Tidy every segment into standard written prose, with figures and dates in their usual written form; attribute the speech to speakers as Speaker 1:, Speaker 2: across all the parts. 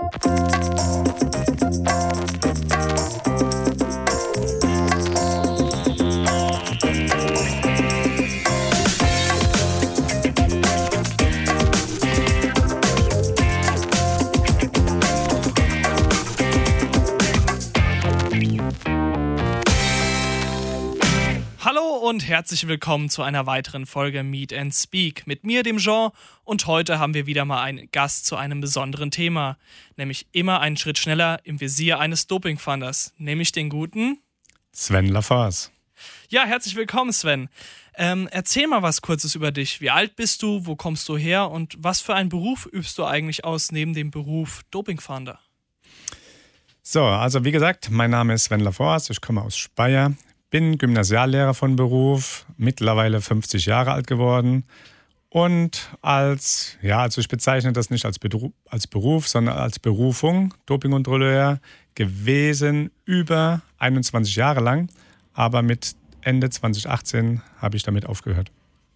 Speaker 1: Und herzlich willkommen zu einer weiteren Folge Meet and Speak mit mir, dem Jean, und heute haben wir wieder mal einen Gast zu einem besonderen Thema, nämlich immer einen Schritt schneller im Visier eines Dopingfahnders, nämlich den guten
Speaker 2: Sven Laforce.
Speaker 1: Ja, herzlich willkommen, Sven. Erzähl mal was Kurzes über dich. Wie alt bist du, wo kommst du her und was für einen Beruf übst du eigentlich aus neben dem Beruf Dopingfahnder?
Speaker 2: So, also wie gesagt, mein Name ist Sven Laforce, ich komme aus Speyer. Bin Gymnasiallehrer von Beruf, mittlerweile 50 Jahre alt geworden und also ich bezeichne das nicht als Beruf, sondern als Berufung, Dopingkontrolleur gewesen, über 21 Jahre lang, aber mit Ende 2018 habe ich damit aufgehört.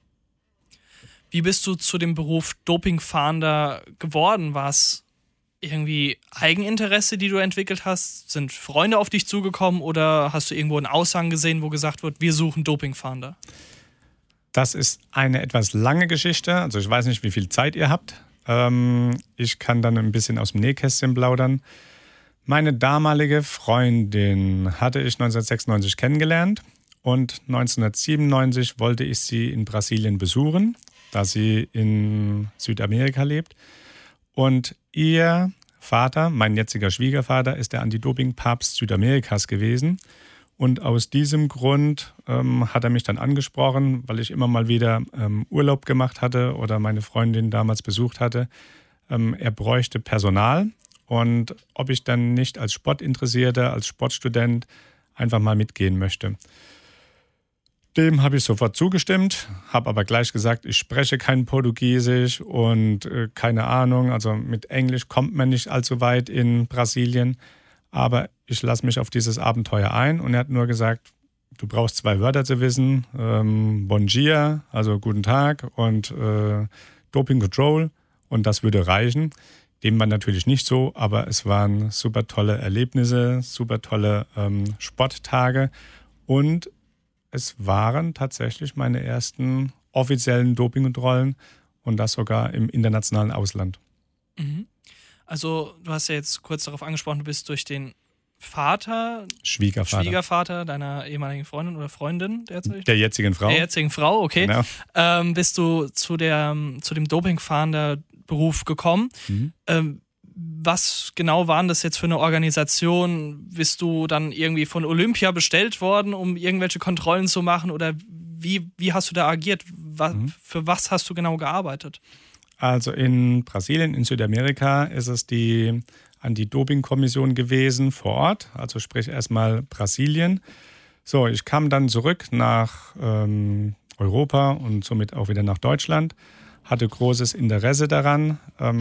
Speaker 1: Wie bist du zu dem Beruf Dopingfahnder geworden? War es irgendwie Eigeninteresse, die du entwickelt hast? Sind Freunde auf dich zugekommen oder hast du irgendwo einen Aushang gesehen, wo gesagt wird, wir suchen Dopingfahnder?
Speaker 2: Das ist eine etwas lange Geschichte. Also ich weiß nicht, wie viel Zeit ihr habt. Ich kann dann ein bisschen aus dem Nähkästchen plaudern. Meine damalige Freundin hatte ich 1996 kennengelernt und 1997 wollte ich sie in Brasilien besuchen, da sie in Südamerika lebt. Und ihr Vater, mein jetziger Schwiegervater, ist der Anti-Doping-Papst Südamerikas gewesen. Und aus diesem Grund hat er mich dann angesprochen, weil ich immer mal wieder Urlaub gemacht hatte oder meine Freundin damals besucht hatte. Er bräuchte Personal und ob ich dann nicht als Sportinteressierter, als Sportstudent einfach mal mitgehen möchte. Dem habe ich sofort zugestimmt, habe aber gleich gesagt, ich spreche kein Portugiesisch und keine Ahnung, also mit Englisch kommt man nicht allzu weit in Brasilien, aber ich lasse mich auf dieses Abenteuer ein und er hat nur gesagt, du brauchst 2 Wörter zu wissen, Bom dia, also guten Tag und Doping Control und das würde reichen. Dem war natürlich nicht so, aber es waren super tolle Erlebnisse, super tolle Sporttage und es waren tatsächlich meine ersten offiziellen Dopingkontrollen und das sogar im internationalen Ausland.
Speaker 1: Mhm. Also du hast ja jetzt kurz darauf angesprochen, du bist durch den Schwiegervater deiner ehemaligen Freundin oder Freundin derzeit?
Speaker 2: Der jetzigen Frau.
Speaker 1: Der jetzigen Frau, okay.
Speaker 2: Genau.
Speaker 1: Bist du zu dem Dopingfahnder-Beruf gekommen.
Speaker 2: Mhm.
Speaker 1: Was genau waren das jetzt für eine Organisation? Bist du dann irgendwie von Olympia bestellt worden, um irgendwelche Kontrollen zu machen? Oder wie hast du da agiert? Für was hast du genau gearbeitet?
Speaker 2: Also in Brasilien, in Südamerika ist es die Anti-Doping-Kommission gewesen vor Ort. Also sprich erstmal Brasilien. So, ich kam dann zurück nach Europa und somit auch wieder nach Deutschland. Hatte großes Interesse daran,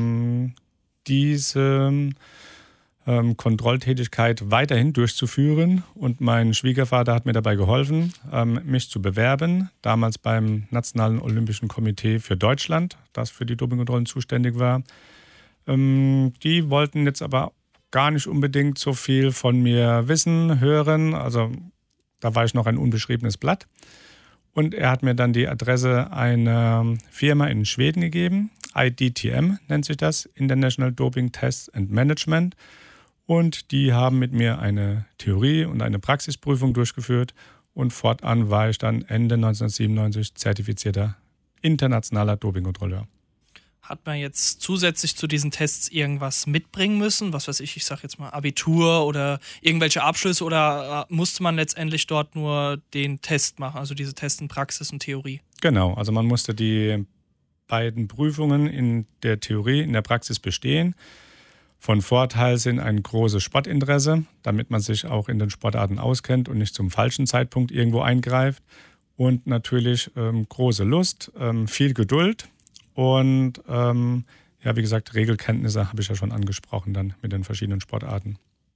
Speaker 2: diese Kontrolltätigkeit weiterhin durchzuführen. Und mein Schwiegervater hat mir dabei geholfen, mich zu bewerben. Damals beim Nationalen Olympischen Komitee für Deutschland, das für die Dopingkontrollen zuständig war. Die wollten jetzt aber gar nicht unbedingt so viel von mir wissen, hören. Also da war ich noch ein unbeschriebenes Blatt. Und er hat mir dann die Adresse einer Firma in Schweden gegeben. IDTM nennt sich das, International Doping Test and Management. Und die haben mit mir eine Theorie- und eine Praxisprüfung durchgeführt. Und fortan war ich dann Ende 1997 zertifizierter internationaler Dopingkontrolleur.
Speaker 1: Hat man jetzt zusätzlich zu diesen Tests irgendwas mitbringen müssen? Was weiß ich sage jetzt mal Abitur oder irgendwelche Abschlüsse oder musste man letztendlich dort nur den Test machen, also diese Tests in Praxis und Theorie?
Speaker 2: Genau, also man musste die beiden Prüfungen in der Theorie, in der Praxis bestehen. Von Vorteil sind ein großes Sportinteresse, damit man sich auch in den Sportarten auskennt und nicht zum falschen Zeitpunkt irgendwo eingreift. Und natürlich große Lust, viel Geduld. Und wie gesagt, Regelkenntnisse habe ich ja schon angesprochen dann mit den verschiedenen Sportarten.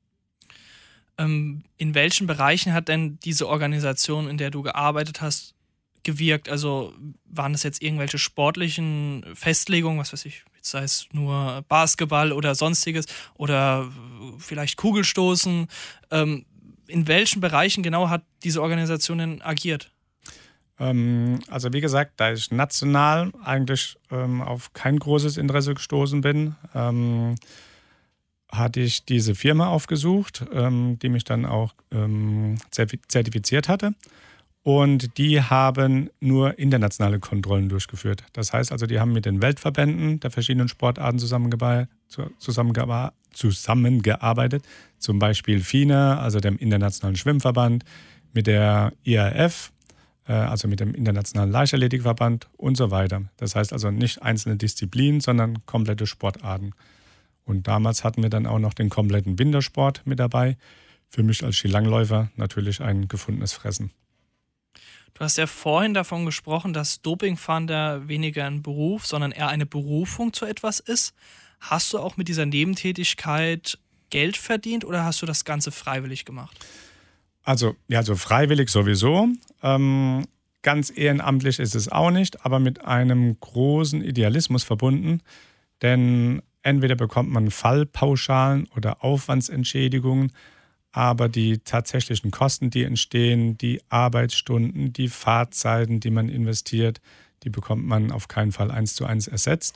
Speaker 1: In welchen Bereichen hat denn diese Organisation, in der du gearbeitet hast, gewirkt? Also waren das jetzt irgendwelche sportlichen Festlegungen, was weiß ich, sei es nur Basketball oder sonstiges oder vielleicht Kugelstoßen. In welchen Bereichen genau hat diese Organisation denn agiert?
Speaker 2: Also wie gesagt, da ich national eigentlich auf kein großes Interesse gestoßen bin, hatte ich diese Firma aufgesucht, die mich dann auch zertifiziert hatte. Und die haben nur internationale Kontrollen durchgeführt. Das heißt also, die haben mit den Weltverbänden der verschiedenen Sportarten zusammengearbeitet. Zum Beispiel FINA, also dem Internationalen Schwimmverband, mit der IAF, also mit dem Internationalen Leichtathletikverband und so weiter. Das heißt also nicht einzelne Disziplinen, sondern komplette Sportarten. Und damals hatten wir dann auch noch den kompletten Wintersport mit dabei. Für mich als Skilangläufer natürlich ein gefundenes Fressen.
Speaker 1: Du hast ja vorhin davon gesprochen, dass Dopingfahnder weniger ein Beruf, sondern eher eine Berufung zu etwas ist. Hast du auch mit dieser Nebentätigkeit Geld verdient oder hast du das Ganze freiwillig gemacht?
Speaker 2: Also freiwillig sowieso. Ganz ehrenamtlich ist es auch nicht, aber mit einem großen Idealismus verbunden. Denn entweder bekommt man Fallpauschalen oder Aufwandsentschädigungen, aber die tatsächlichen Kosten, die entstehen, die Arbeitsstunden, die Fahrzeiten, die man investiert, die bekommt man auf keinen Fall 1:1 ersetzt.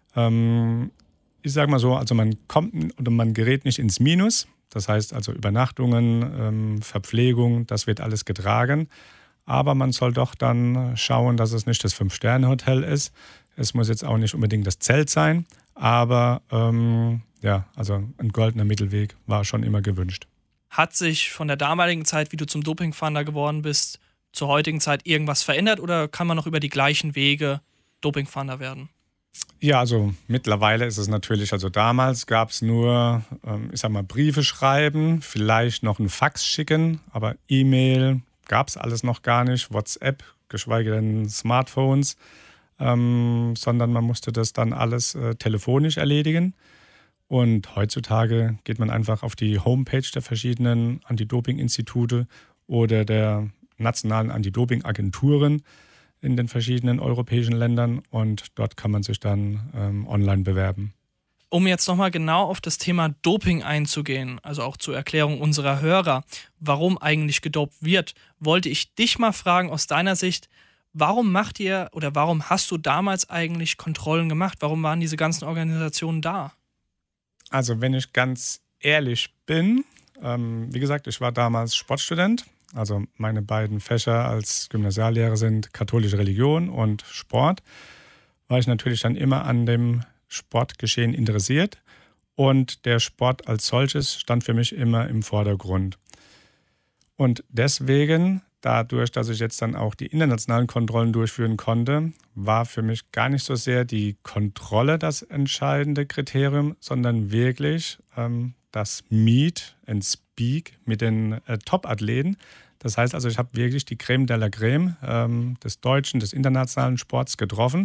Speaker 2: Ich sage mal so, also man kommt oder man gerät nicht ins Minus. Das heißt also Übernachtungen, Verpflegung, das wird alles getragen. Aber man soll doch dann schauen, dass es nicht das 5-Sterne-Hotel ist. Es muss jetzt auch nicht unbedingt das Zelt sein. Aber also ein goldener Mittelweg war schon immer gewünscht.
Speaker 1: Hat sich von der damaligen Zeit, wie du zum Dopingfahnder geworden bist, zur heutigen Zeit irgendwas verändert oder kann man noch über die gleichen Wege Dopingfahnder werden?
Speaker 2: Ja, also mittlerweile ist es natürlich, also damals gab es nur, Briefe schreiben, vielleicht noch ein Fax schicken, aber E-Mail gab es alles noch gar nicht, WhatsApp, geschweige denn Smartphones, sondern man musste das dann alles telefonisch erledigen. Und heutzutage geht man einfach auf die Homepage der verschiedenen Anti-Doping-Institute oder der nationalen Anti-Doping-Agenturen in den verschiedenen europäischen Ländern und dort kann man sich dann online bewerben.
Speaker 1: Um jetzt nochmal genau auf das Thema Doping einzugehen, also auch zur Erklärung unserer Hörer, warum eigentlich gedopt wird, wollte ich dich mal fragen aus deiner Sicht, warum hast du damals eigentlich Kontrollen gemacht? Warum waren diese ganzen Organisationen da?
Speaker 2: Also wenn ich ganz ehrlich bin, wie gesagt, ich war damals Sportstudent. Also meine beiden Fächer als Gymnasiallehrer sind katholische Religion und Sport. War ich natürlich dann immer an dem Sportgeschehen interessiert. Und der Sport als solches stand für mich immer im Vordergrund. Und deswegen, dadurch, dass ich jetzt dann auch die internationalen Kontrollen durchführen konnte, war für mich gar nicht so sehr die Kontrolle das entscheidende Kriterium, sondern wirklich das Meet and Speak mit den Top-Athleten. Das heißt also, ich habe wirklich die Creme de la Creme des deutschen, des internationalen Sports getroffen.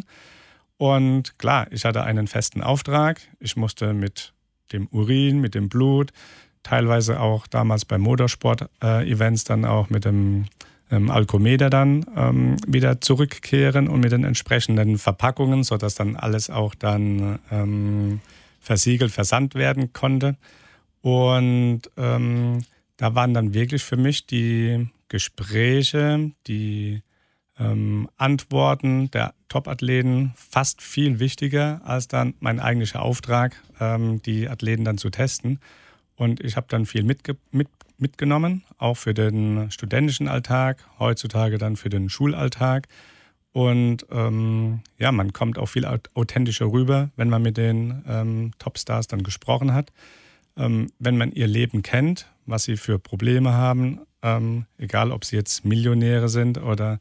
Speaker 2: Und klar, ich hatte einen festen Auftrag. Ich musste mit dem Urin, mit dem Blut, teilweise auch damals bei Motorsport-Events dann auch mit dem Alkometer dann wieder zurückkehren und mit den entsprechenden Verpackungen, sodass dann alles auch dann versiegelt, versandt werden konnte. Und da waren dann wirklich für mich die Gespräche, die Antworten der Top-Athleten fast viel wichtiger als dann mein eigentlicher Auftrag, die Athleten dann zu testen. Und ich habe dann viel mitgenommen, auch für den studentischen Alltag, heutzutage dann für den Schulalltag. Und man kommt auch viel authentischer rüber, wenn man mit den Topstars dann gesprochen hat. Wenn man ihr Leben kennt, was sie für Probleme haben, egal ob sie jetzt Millionäre sind oder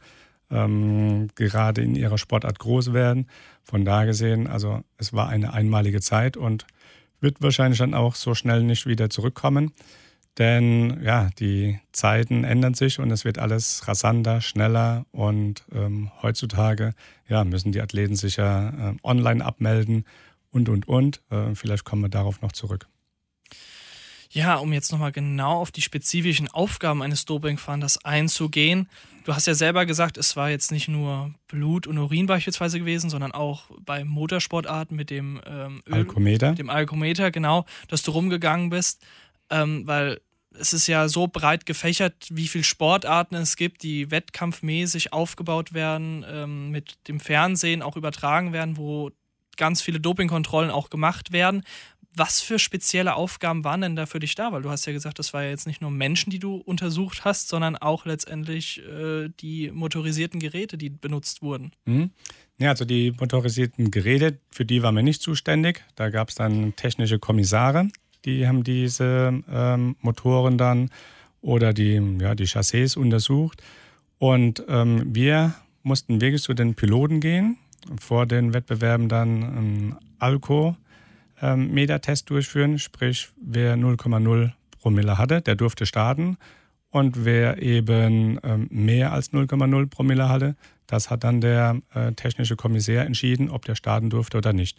Speaker 2: gerade in ihrer Sportart groß werden. Von da gesehen, also es war eine einmalige Zeit und wird wahrscheinlich dann auch so schnell nicht wieder zurückkommen. Denn ja, die Zeiten ändern sich und es wird alles rasanter, schneller und heutzutage müssen die Athleten sich ja online abmelden und. Vielleicht kommen wir darauf noch zurück.
Speaker 1: Ja, um jetzt nochmal genau auf die spezifischen Aufgaben eines Dopingfahnders einzugehen. Du hast ja selber gesagt, es war jetzt nicht nur Blut und Urin beispielsweise gewesen, sondern auch bei Motorsportarten mit dem
Speaker 2: Alkometer.
Speaker 1: Mit dem Alkometer, genau, dass du rumgegangen bist. Weil es ist ja so breit gefächert, wie viele Sportarten es gibt, die wettkampfmäßig aufgebaut werden, mit dem Fernsehen auch übertragen werden, wo ganz viele Dopingkontrollen auch gemacht werden. Was für spezielle Aufgaben waren denn da für dich da? Weil du hast ja gesagt, das war ja jetzt nicht nur Menschen, die du untersucht hast, sondern auch letztendlich die motorisierten Geräte, die benutzt wurden.
Speaker 2: Ja, also die motorisierten Geräte, für die waren wir nicht zuständig. Da gab es dann technische Kommissare, die haben diese Motoren dann oder die Chassis untersucht. Und wir mussten wirklich zu den Piloten gehen, vor den Wettbewerben dann einen Alkometer-Test durchführen, sprich wer 0,0 Promille hatte, der durfte starten. Und wer eben mehr als 0,0 Promille hatte, das hat dann der technische Kommissär entschieden, ob der starten durfte oder nicht.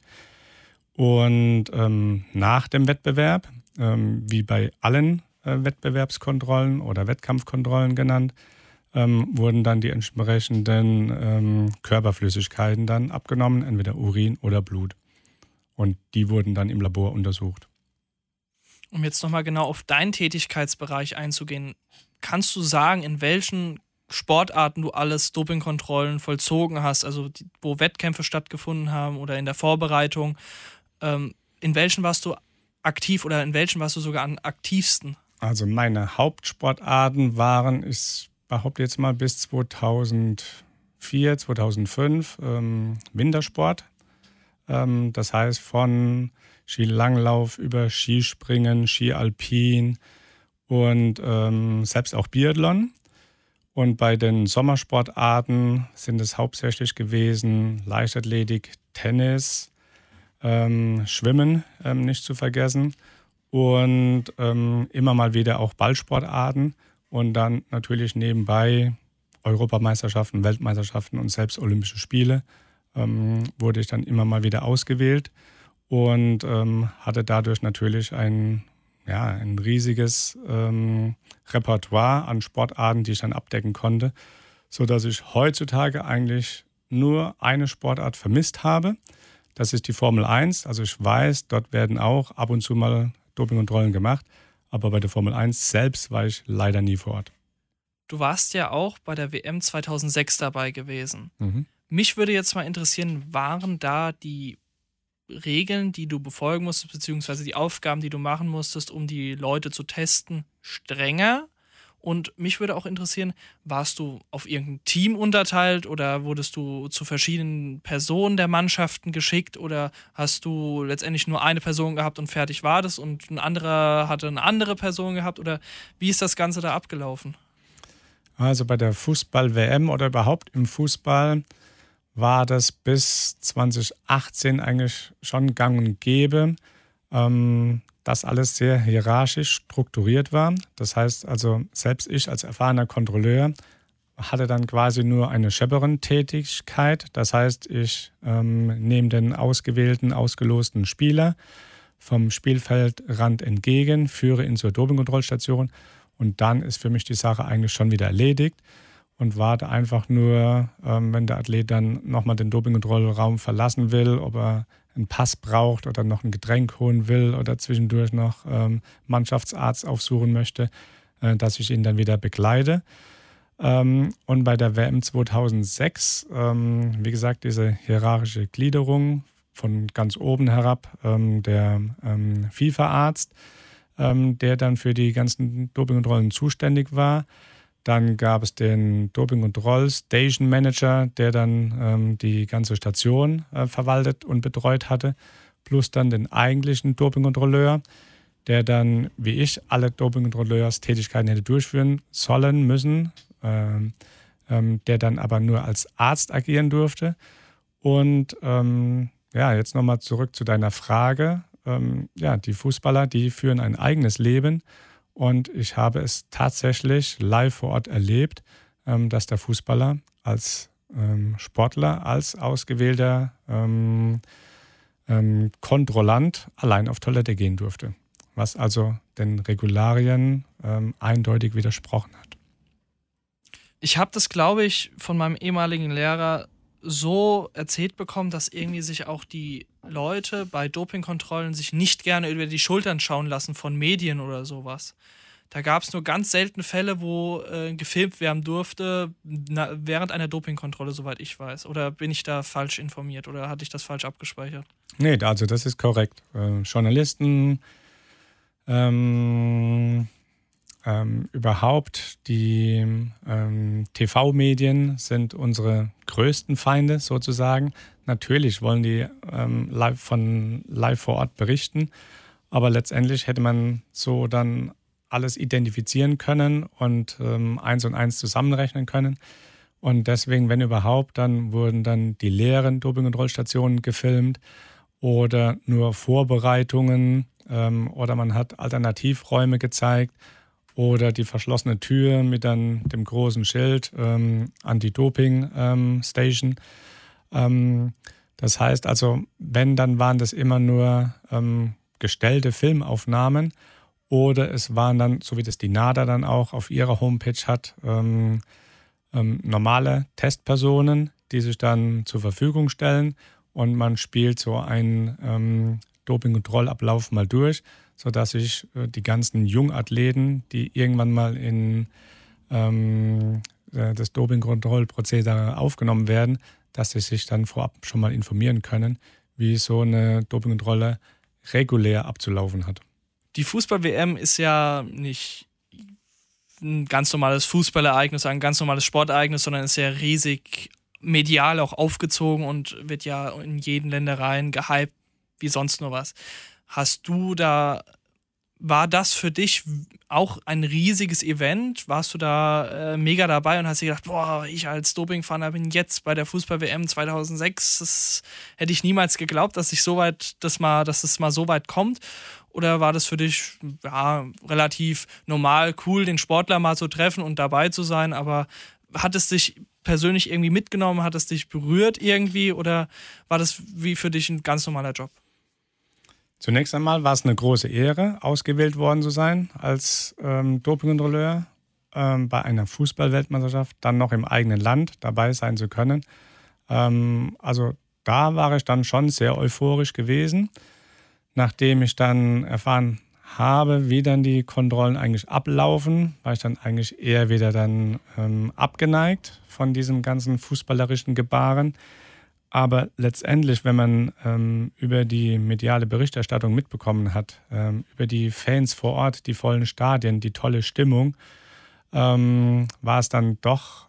Speaker 2: Und nach dem Wettbewerb, wie bei allen Wettbewerbskontrollen oder Wettkampfkontrollen genannt, wurden dann die entsprechenden Körperflüssigkeiten dann abgenommen, entweder Urin oder Blut. Und die wurden dann im Labor untersucht.
Speaker 1: Um jetzt nochmal genau auf deinen Tätigkeitsbereich einzugehen, kannst du sagen, in welchen Sportarten du alles Dopingkontrollen vollzogen hast, also wo Wettkämpfe stattgefunden haben oder in der Vorbereitung? In welchen warst du aktiv oder in welchen warst du sogar am aktivsten?
Speaker 2: Also meine Hauptsportarten waren, ich behaupte jetzt mal bis 2004, 2005 Wintersport. Das heißt von Skilanglauf über Skispringen, Skialpin und selbst auch Biathlon. Und bei den Sommersportarten sind es hauptsächlich gewesen Leichtathletik, Tennis, Schwimmen nicht zu vergessen und immer mal wieder auch Ballsportarten und dann natürlich nebenbei Europameisterschaften, Weltmeisterschaften und selbst Olympische Spiele wurde ich dann immer mal wieder ausgewählt und hatte dadurch natürlich ein riesiges Repertoire an Sportarten, die ich dann abdecken konnte, sodass ich heutzutage eigentlich nur eine Sportart vermisst habe. Das ist die Formel 1. Also ich weiß, dort werden auch ab und zu mal Dopingkontrollen gemacht, aber bei der Formel 1 selbst war ich leider nie vor Ort.
Speaker 1: Du warst ja auch bei der WM 2006 dabei gewesen.
Speaker 2: Mhm.
Speaker 1: Mich würde jetzt mal interessieren, waren da die Regeln, die du befolgen musstest, beziehungsweise die Aufgaben, die du machen musstest, um die Leute zu testen, strenger? Und mich würde auch interessieren, warst du auf irgendein Team unterteilt oder wurdest du zu verschiedenen Personen der Mannschaften geschickt oder hast du letztendlich nur eine Person gehabt und fertig war das und ein anderer hatte eine andere Person gehabt oder wie ist das Ganze da abgelaufen?
Speaker 2: Also bei der Fußball-WM oder überhaupt im Fußball war das bis 2018 eigentlich schon gang und gäbe, dass alles sehr hierarchisch strukturiert war. Das heißt also, selbst ich als erfahrener Kontrolleur hatte dann quasi nur eine Chaperone-Tätigkeit. Das heißt, ich nehme den ausgewählten, ausgelosten Spieler vom Spielfeldrand entgegen, führe ihn zur Dopingkontrollstation und dann ist für mich die Sache eigentlich schon wieder erledigt. Und warte einfach nur, wenn der Athlet dann nochmal den Dopingkontrollraum verlassen will, ob er einen Pass braucht oder noch ein Getränk holen will oder zwischendurch noch Mannschaftsarzt aufsuchen möchte, dass ich ihn dann wieder begleite. Und bei der WM 2006, wie gesagt, diese hierarchische Gliederung von ganz oben herab, der FIFA-Arzt, der dann für die ganzen Dopingkontrollen zuständig war. Dann gab es den Dopingkontroll-Station Manager, der dann die ganze Station verwaltet und betreut hatte, plus dann den eigentlichen Dopingkontrolleur, der dann, wie ich, alle Dopingkontrolleurstätigkeiten hätte durchführen sollen, müssen, der dann aber nur als Arzt agieren durfte. Und jetzt nochmal zurück zu deiner Frage. Die Fußballer, die führen ein eigenes Leben. Und ich habe es tatsächlich live vor Ort erlebt, dass der Fußballer als Sportler, als ausgewählter Kontrollant allein auf Toilette gehen durfte. was also den Regularien eindeutig widersprochen hat.
Speaker 1: Ich habe das, glaube ich, von meinem ehemaligen Lehrer so erzählt bekommen, dass irgendwie sich auch die Leute bei Dopingkontrollen sich nicht gerne über die Schultern schauen lassen von Medien oder sowas. Da gab es nur ganz selten Fälle, wo gefilmt werden durfte während einer Dopingkontrolle, soweit ich weiß. Oder bin ich da falsch informiert oder hatte ich das falsch abgespeichert?
Speaker 2: Nee, also das ist korrekt. Journalisten, überhaupt die TV-Medien sind unsere größten Feinde sozusagen. Natürlich wollen die live vor Ort berichten, aber letztendlich hätte man so dann alles identifizieren können und 1 und 1 zusammenrechnen können. Und deswegen, wenn überhaupt, dann wurden dann die leeren Dopingkontrollstationen gefilmt oder nur Vorbereitungen oder man hat Alternativräume gezeigt oder die verschlossene Tür mit dann dem großen Schild Anti-Doping-Station. Das heißt also, wenn, dann waren das immer nur gestellte Filmaufnahmen oder es waren dann, so wie das die NADA dann auch auf ihrer Homepage hat, normale Testpersonen, die sich dann zur Verfügung stellen und man spielt so einen Dopingkontrollablauf mal durch, sodass sich die ganzen Jungathleten, die irgendwann mal in das Dopingkontrollprozedere aufgenommen werden, dass sie sich dann vorab schon mal informieren können, wie so eine Dopingkontrolle regulär abzulaufen hat.
Speaker 1: Die Fußball-WM ist ja nicht ein ganz normales Fußballereignis, ein ganz normales Sportereignis, sondern ist ja riesig medial auch aufgezogen und wird ja in jeden Ländereien gehypt, wie sonst nur was. War das für dich auch ein riesiges Event? Warst du da mega dabei und hast dir gedacht, boah, ich als Dopingfahnder bin jetzt bei der Fußball-WM 2006, das hätte ich niemals geglaubt, dass es mal so weit kommt? Oder war das für dich relativ normal, cool, den Sportler mal zu treffen und dabei zu sein, aber hat es dich persönlich irgendwie mitgenommen, hat es dich berührt irgendwie oder war das wie für dich ein ganz normaler Job?
Speaker 2: Zunächst einmal war es eine große Ehre, ausgewählt worden zu sein als Dopingkontrolleur bei einer Fußball-Weltmeisterschaft, dann noch im eigenen Land dabei sein zu können. Also da war ich dann schon sehr euphorisch gewesen. Nachdem ich dann erfahren habe, wie dann die Kontrollen eigentlich ablaufen, war ich dann eigentlich eher wieder dann abgeneigt von diesem ganzen fußballerischen Gebaren. Aber letztendlich, wenn man über die mediale Berichterstattung mitbekommen hat, über die Fans vor Ort, die vollen Stadien, die tolle Stimmung, war es dann doch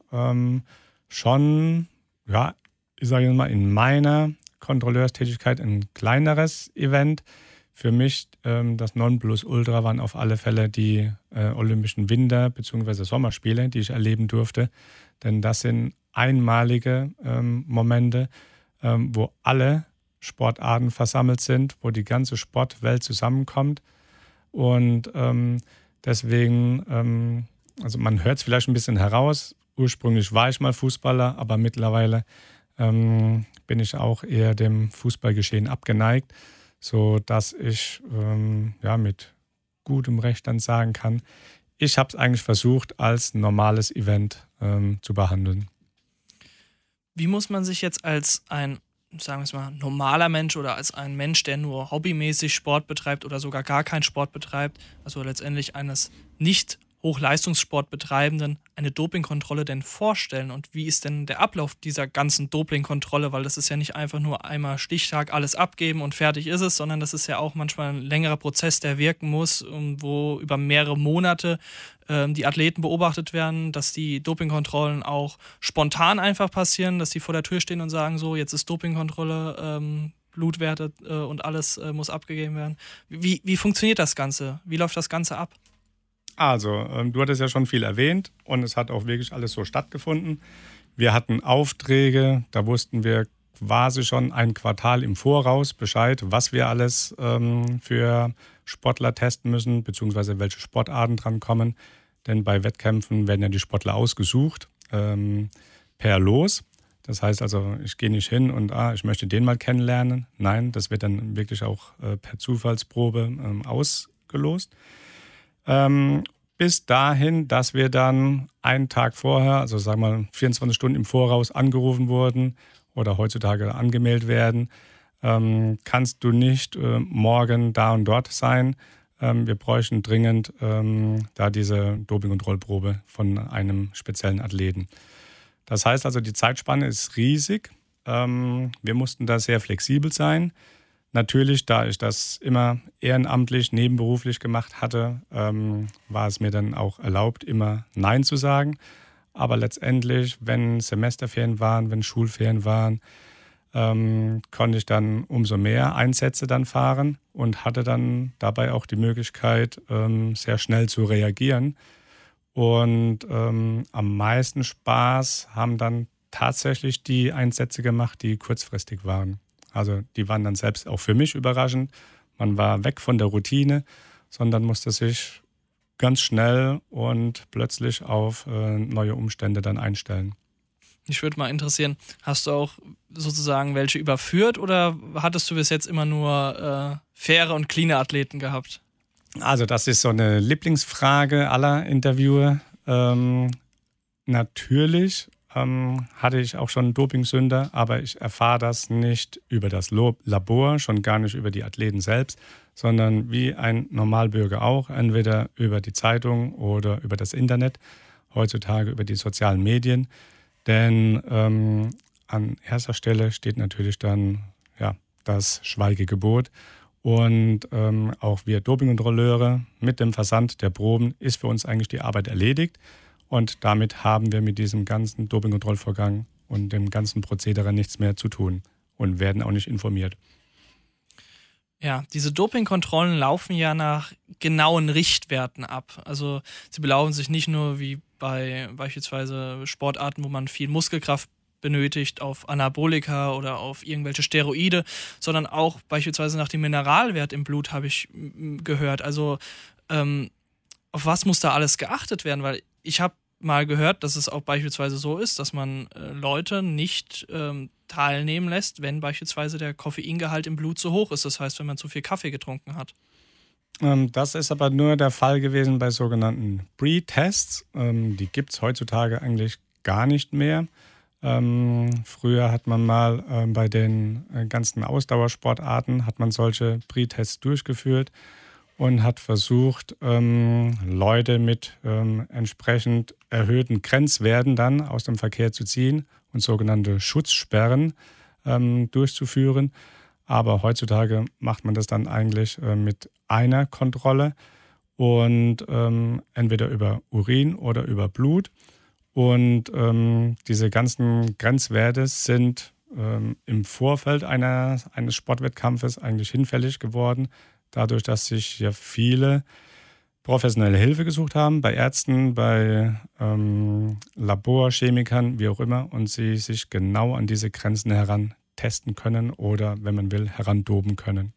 Speaker 2: schon, ja, ich sage mal, in meiner Kontrolleurstätigkeit ein kleineres Event. Für mich das Nonplusultra waren auf alle Fälle die Olympischen Winter- bzw. Sommerspiele, die ich erleben durfte. Denn das sind einmalige Momente, wo alle Sportarten versammelt sind, wo die ganze Sportwelt zusammenkommt. Und deswegen, also man hört es vielleicht ein bisschen heraus, ursprünglich war ich mal Fußballer, aber mittlerweile bin ich auch eher dem Fußballgeschehen abgeneigt, sodass ich mit gutem Recht dann sagen kann, ich habe es eigentlich versucht, als normales Event zu behandeln.
Speaker 1: Wie muss man sich jetzt als ein, sagen wir es mal, normaler Mensch oder als ein Mensch, der nur hobbymäßig Sport betreibt oder sogar gar keinen Sport betreibt, also letztendlich eines nicht Hochleistungssportbetreibenden, eine Dopingkontrolle denn vorstellen? Und wie ist denn der Ablauf dieser ganzen Dopingkontrolle? Weil das ist ja nicht einfach nur einmal Stichtag, alles abgeben und fertig ist es, sondern das ist ja auch manchmal ein längerer Prozess, der wirken muss und wo über mehrere Monate die Athleten beobachtet werden, dass die Dopingkontrollen auch spontan einfach passieren, dass die vor der Tür stehen und sagen, so, jetzt ist Dopingkontrolle, Blutwerte und alles muss abgegeben werden. Wie funktioniert das Ganze? Wie läuft das Ganze ab?
Speaker 2: Also, du hattest ja schon viel erwähnt und es hat auch wirklich alles so stattgefunden. Wir hatten Aufträge, da wussten wir quasi schon ein Quartal im Voraus Bescheid, was wir alles für Sportler testen müssen, beziehungsweise welche Sportarten drankommen. Denn bei Wettkämpfen werden ja die Sportler ausgesucht per Los. Das heißt also, ich gehe nicht hin und ich möchte den mal kennenlernen. Nein, das wird dann wirklich auch per Zufallsprobe gelost. Bis dahin, dass wir dann einen Tag vorher, also sagen wir mal 24 Stunden im Voraus angerufen wurden oder heutzutage angemeldet werden, kannst du nicht morgen da und dort sein. Wir bräuchten dringend da diese Dopingkontrollprobe von einem speziellen Athleten. Das heißt also, die Zeitspanne ist riesig. Wir mussten da sehr flexibel sein. Natürlich, da ich das immer ehrenamtlich, nebenberuflich gemacht hatte, war es mir dann auch erlaubt, immer Nein zu sagen. Aber letztendlich, wenn Semesterferien waren, wenn Schulferien waren, konnte ich dann umso mehr Einsätze dann fahren und hatte dann dabei auch die Möglichkeit, sehr schnell zu reagieren. Und am meisten Spaß haben dann tatsächlich die Einsätze gemacht, die kurzfristig waren. Also die waren dann selbst auch für mich überraschend. Man war weg von der Routine, sondern musste sich ganz schnell und plötzlich auf neue Umstände dann einstellen.
Speaker 1: Mich würde mal interessieren, hast du auch sozusagen welche überführt oder hattest du bis jetzt immer nur faire und cleane Athleten gehabt?
Speaker 2: Also das ist so eine Lieblingsfrage aller Interviewer. Natürlich hatte ich auch schon Dopingsünder, aber ich erfahre das nicht über das Labor, schon gar nicht über die Athleten selbst, sondern wie ein Normalbürger auch, entweder über die Zeitung oder über das Internet, heutzutage über die sozialen Medien. Denn an erster Stelle steht natürlich dann das Schweigegebot. Und auch wir Dopingkontrolleure mit dem Versand der Proben ist für uns eigentlich die Arbeit erledigt. Und damit haben wir mit diesem ganzen Dopingkontrollvorgang und dem ganzen Prozedere nichts mehr zu tun und werden auch nicht informiert.
Speaker 1: Ja, diese Dopingkontrollen laufen ja nach genauen Richtwerten ab. Also sie belaufen sich nicht nur wie bei beispielsweise Sportarten, wo man viel Muskelkraft benötigt, auf Anabolika oder auf irgendwelche Steroide, sondern auch beispielsweise nach dem Mineralwert im Blut, habe ich gehört. Also auf was muss da alles geachtet werden? Weil ich habe mal gehört, dass es auch beispielsweise so ist, dass man Leute nicht teilnehmen lässt, wenn beispielsweise der Koffeingehalt im Blut zu hoch ist. Das heißt, wenn man zu viel Kaffee getrunken hat.
Speaker 2: Das ist aber nur der Fall gewesen bei sogenannten Pre-Tests. Die gibt es heutzutage eigentlich gar nicht mehr. Früher hat man mal bei den ganzen Ausdauersportarten hat man solche Pre-Tests durchgeführt und hat versucht, Leute mit entsprechend erhöhten Grenzwerten dann aus dem Verkehr zu ziehen und sogenannte Schutzsperren durchzuführen. Aber heutzutage macht man das dann eigentlich mit einer Kontrolle und entweder über Urin oder über Blut. Und diese ganzen Grenzwerte sind im Vorfeld eines Sportwettkampfes eigentlich hinfällig geworden, dadurch, dass sich ja viele professionelle Hilfe gesucht haben, bei Ärzten, bei Laborchemikern, wie auch immer, und sie sich genau an diese Grenzen heran testen können oder, wenn man will, herandoben können.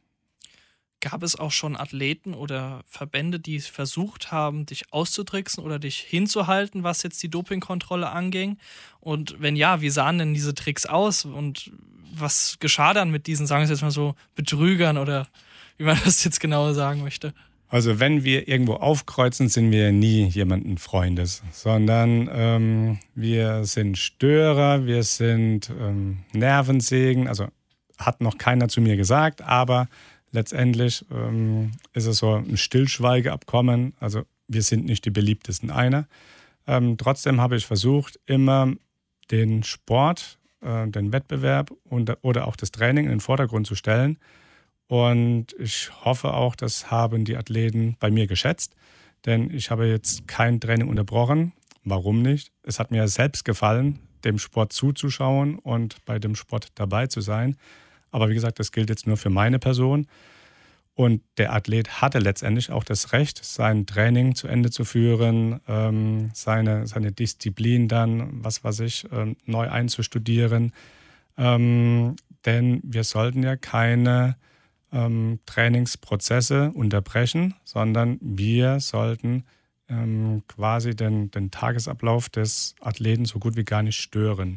Speaker 1: Gab es auch schon Athleten oder Verbände, die versucht haben, dich auszutricksen oder dich hinzuhalten, was jetzt die Dopingkontrolle anging? Und wenn ja, wie sahen denn diese Tricks aus? Und was geschah dann mit diesen, sagen wir jetzt mal so, Betrügern oder wie man das jetzt genau sagen möchte?
Speaker 2: Also wenn wir irgendwo aufkreuzen, sind wir nie jemanden Freundes, sondern wir sind Störer, wir sind Nervensägen. Also hat noch keiner zu mir gesagt, aber letztendlich ist es so ein Stillschweigeabkommen. Also wir sind nicht die beliebtesten einer. Trotzdem habe ich versucht, immer den Sport, den Wettbewerb oder auch das Training in den Vordergrund zu stellen. Und ich hoffe auch, das haben die Athleten bei mir geschätzt, denn ich habe jetzt kein Training unterbrochen. Warum nicht? Es hat mir selbst gefallen, dem Sport zuzuschauen und bei dem Sport dabei zu sein. Aber wie gesagt, das gilt jetzt nur für meine Person. Und der Athlet hatte letztendlich auch das Recht, sein Training zu Ende zu führen, seine Disziplin dann, neu einzustudieren. Denn wir sollten ja keine Trainingsprozesse unterbrechen, sondern wir sollten quasi den Tagesablauf des Athleten so gut wie gar nicht stören.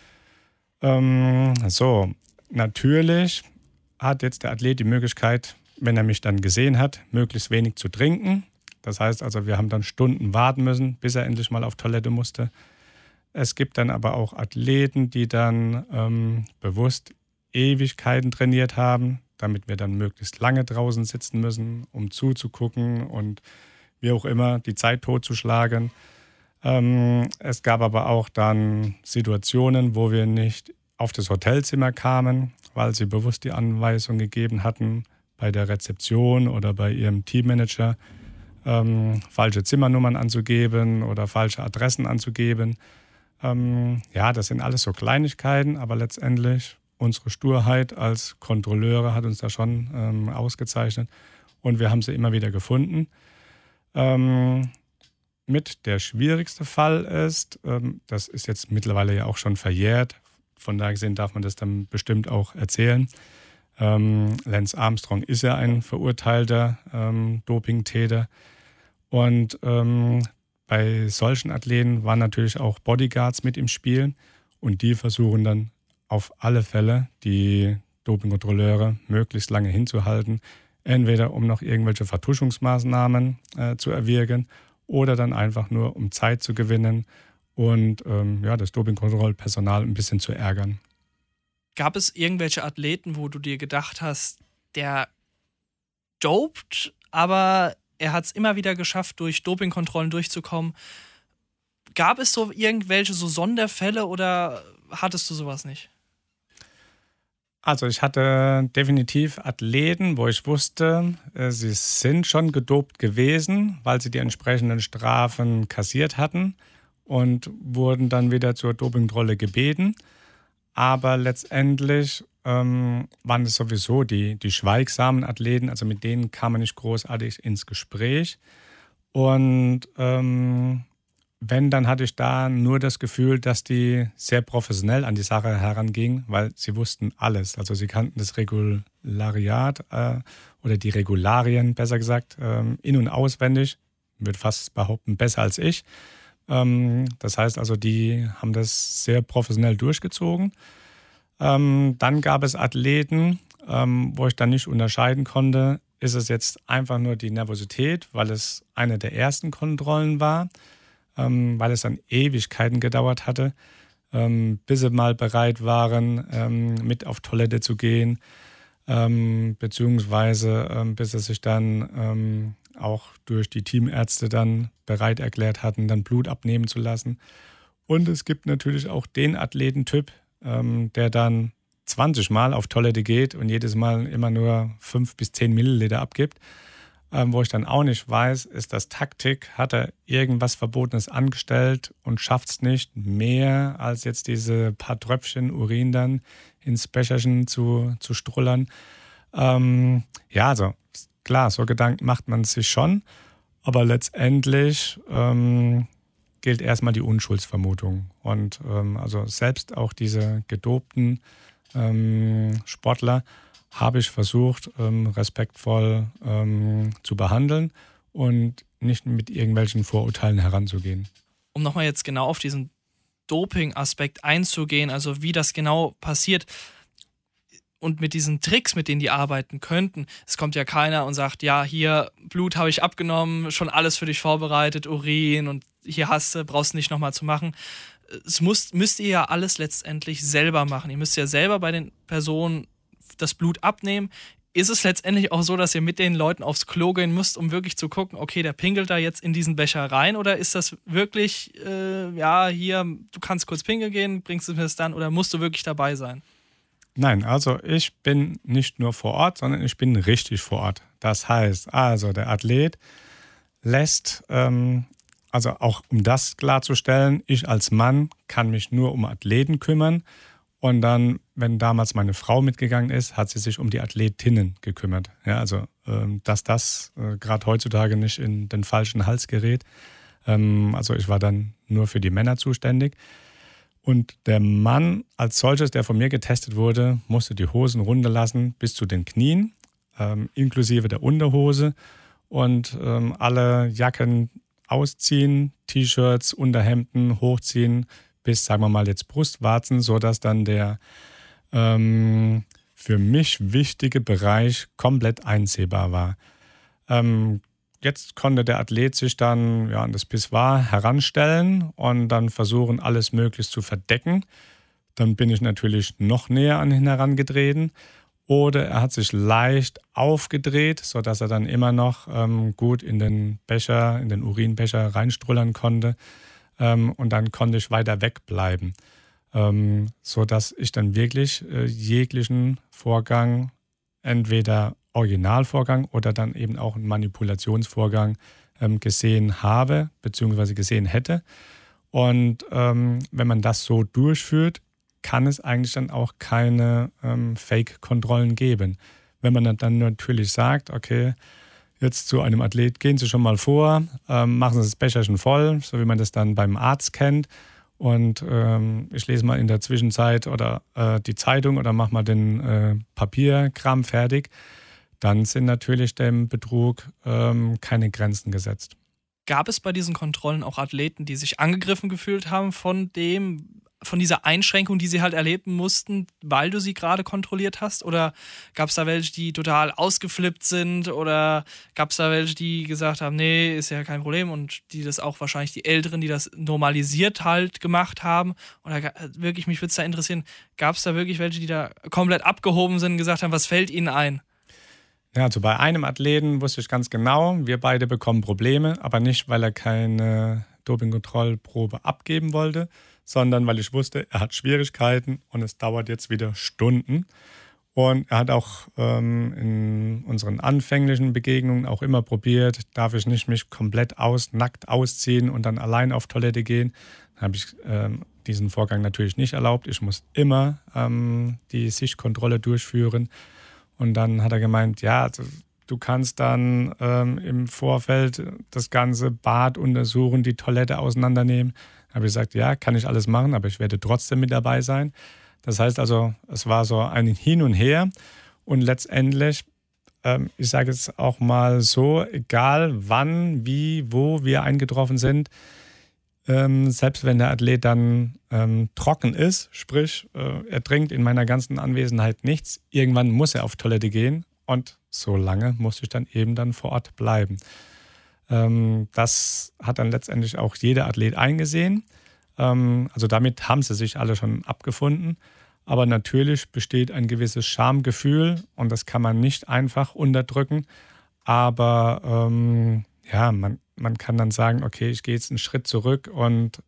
Speaker 2: Natürlich hat jetzt der Athlet die Möglichkeit, wenn er mich dann gesehen hat, möglichst wenig zu trinken. Das heißt also, wir haben dann Stunden warten müssen, bis er endlich mal auf Toilette musste. Es gibt dann aber auch Athleten, die dann bewusst Ewigkeiten trainiert haben, damit wir dann möglichst lange draußen sitzen müssen, um zuzugucken und wie auch immer die Zeit totzuschlagen. Es gab aber auch dann Situationen, wo wir nicht auf das Hotelzimmer kamen, weil sie bewusst die Anweisung gegeben hatten, bei der Rezeption oder bei ihrem Teammanager falsche Zimmernummern anzugeben oder falsche Adressen anzugeben. Das sind alles so Kleinigkeiten, aber letztendlich unsere Sturheit als Kontrolleure hat uns da schon ausgezeichnet und wir haben sie immer wieder gefunden. Mit der schwierigste Fall ist, das ist jetzt mittlerweile ja auch schon verjährt, von daher gesehen darf man das dann bestimmt auch erzählen. Lance Armstrong ist ja ein verurteilter Dopingtäter und bei solchen Athleten waren natürlich auch Bodyguards mit im Spiel und die versuchen dann auf alle Fälle die Dopingkontrolleure möglichst lange hinzuhalten, entweder um noch irgendwelche Vertuschungsmaßnahmen zu erwirken oder dann einfach nur um Zeit zu gewinnen und das Dopingkontrollpersonal ein bisschen zu ärgern.
Speaker 1: Gab es irgendwelche Athleten, wo du dir gedacht hast, der dopt, aber er hat es immer wieder geschafft, durch Dopingkontrollen durchzukommen? Gab es so irgendwelche so Sonderfälle oder hattest du sowas nicht?
Speaker 2: Also ich hatte definitiv Athleten, wo ich wusste, sie sind schon gedopt gewesen, weil sie die entsprechenden Strafen kassiert hatten und wurden dann wieder zur Dopingkontrolle gebeten. Aber letztendlich waren es sowieso die schweigsamen Athleten, also mit denen kam man nicht großartig ins Gespräch. Und wenn, dann hatte ich da nur das Gefühl, dass die sehr professionell an die Sache herangingen, weil sie wussten alles. Also sie kannten das Regulariat oder die Regularien, besser gesagt, in- und auswendig. Ich würde fast behaupten, besser als ich. Das heißt also, die haben das sehr professionell durchgezogen. Dann gab es Athleten, wo ich dann nicht unterscheiden konnte, ist es jetzt einfach nur die Nervosität, weil es eine der ersten Kontrollen war, weil es dann Ewigkeiten gedauert hatte, bis sie mal bereit waren, mit auf Toilette zu gehen, beziehungsweise bis sie sich dann auch durch die Teamärzte dann bereit erklärt hatten, dann Blut abnehmen zu lassen. Und es gibt natürlich auch den Athletentyp, der dann 20 Mal auf Toilette geht und jedes Mal immer nur 5 bis 10 Milliliter abgibt. Wo ich dann auch nicht weiß, ist das Taktik, hat er irgendwas Verbotenes angestellt und schafft es nicht, mehr als jetzt diese paar Tröpfchen Urin dann ins Becherchen zu strullern. Also klar, so Gedanken macht man sich schon, aber letztendlich gilt erstmal die Unschuldsvermutung. Und also selbst auch diese gedopten Sportler habe ich versucht, respektvoll zu behandeln und nicht mit irgendwelchen Vorurteilen heranzugehen.
Speaker 1: Um nochmal jetzt genau auf diesen Doping-Aspekt einzugehen, also wie das genau passiert und mit diesen Tricks, mit denen die arbeiten könnten. Es kommt ja keiner und sagt, ja, hier, Blut habe ich abgenommen, schon alles für dich vorbereitet, Urin und hier hast du, brauchst du nicht nochmal zu machen. Müsst ihr ja alles letztendlich selber machen. Ihr müsst ja selber bei den Personen das Blut abnehmen. Ist es letztendlich auch so, dass ihr mit den Leuten aufs Klo gehen müsst, um wirklich zu gucken, okay, der pinkelt da jetzt in diesen Becher rein, oder ist das wirklich, hier, du kannst kurz pinkeln gehen, bringst du mir das dann, oder musst du wirklich dabei sein?
Speaker 2: Nein, also ich bin nicht nur vor Ort, sondern ich bin richtig vor Ort. Das heißt, also der Athlet lässt, also auch um das klarzustellen, ich als Mann kann mich nur um Athleten kümmern. Und dann, wenn damals meine Frau mitgegangen ist, hat sie sich um die Athletinnen gekümmert. Ja, also, dass das gerade heutzutage nicht in den falschen Hals gerät. Also ich war dann nur für die Männer zuständig. Und der Mann als solches, der von mir getestet wurde, musste die Hosen runterlassen bis zu den Knien, inklusive der Unterhose. Und alle Jacken ausziehen, T-Shirts, Unterhemden hochziehen, bis, sagen wir mal, jetzt Brustwarzen, sodass dann der für mich wichtige Bereich komplett einsehbar war. Jetzt konnte der Athlet sich dann an das Pissoir heranstellen und dann versuchen, alles möglichst zu verdecken. Dann bin ich natürlich noch näher an ihn herangetreten. Oder er hat sich leicht aufgedreht, sodass er dann immer noch gut in den Becher, in den Urinbecher reinstrullern konnte. Und dann konnte ich weiter wegbleiben. Sodass ich dann wirklich jeglichen Vorgang, entweder Originalvorgang oder dann eben auch einen Manipulationsvorgang gesehen habe, beziehungsweise gesehen hätte. Und wenn man das so durchführt, kann es eigentlich dann auch keine Fake-Kontrollen geben. Wenn man dann natürlich sagt, okay, jetzt zu einem Athlet, gehen Sie schon mal vor, machen Sie das Becherchen voll, so wie man das dann beim Arzt kennt. Und ich lese mal in der Zwischenzeit oder die Zeitung oder mache mal den Papierkram fertig, dann sind natürlich dem Betrug keine Grenzen gesetzt.
Speaker 1: Gab es bei diesen Kontrollen auch Athleten, die sich angegriffen gefühlt haben von dieser Einschränkung, die sie halt erleben mussten, weil du sie gerade kontrolliert hast? Oder gab es da welche, die total ausgeflippt sind? Oder gab es da welche, die gesagt haben, nee, ist ja kein Problem, und die das auch wahrscheinlich die Älteren, die das normalisiert halt gemacht haben? Oder wirklich, mich würde es da interessieren, gab es da wirklich welche, die da komplett abgehoben sind und gesagt haben, was fällt ihnen ein?
Speaker 2: Ja, also bei einem Athleten wusste ich ganz genau, wir beide bekommen Probleme, aber nicht, weil er keine Dopingkontrollprobe abgeben wollte, sondern weil ich wusste, er hat Schwierigkeiten und es dauert jetzt wieder Stunden. Und er hat auch in unseren anfänglichen Begegnungen auch immer probiert, darf ich nicht mich komplett nackt ausziehen und dann allein auf Toilette gehen. Dann habe ich diesen Vorgang natürlich nicht erlaubt. Ich muss immer die Sichtkontrolle durchführen. Und dann hat er gemeint, ja, also du kannst dann im Vorfeld das ganze Bad untersuchen, die Toilette auseinandernehmen. Da habe ich gesagt, ja, kann ich alles machen, aber ich werde trotzdem mit dabei sein. Das heißt also, es war so ein Hin und Her. Und letztendlich, ich sage es auch mal so, egal wann, wie, wo wir eingetroffen sind, selbst wenn der Athlet dann trocken ist, sprich, er trinkt in meiner ganzen Anwesenheit nichts, irgendwann muss er auf Toilette gehen und so lange muss ich dann eben dann vor Ort bleiben. Das hat dann letztendlich auch jeder Athlet eingesehen. Also damit haben sie sich alle schon abgefunden. Aber natürlich besteht ein gewisses Schamgefühl und das kann man nicht einfach unterdrücken. Aber man kann dann sagen, okay, ich gehe jetzt einen Schritt zurück und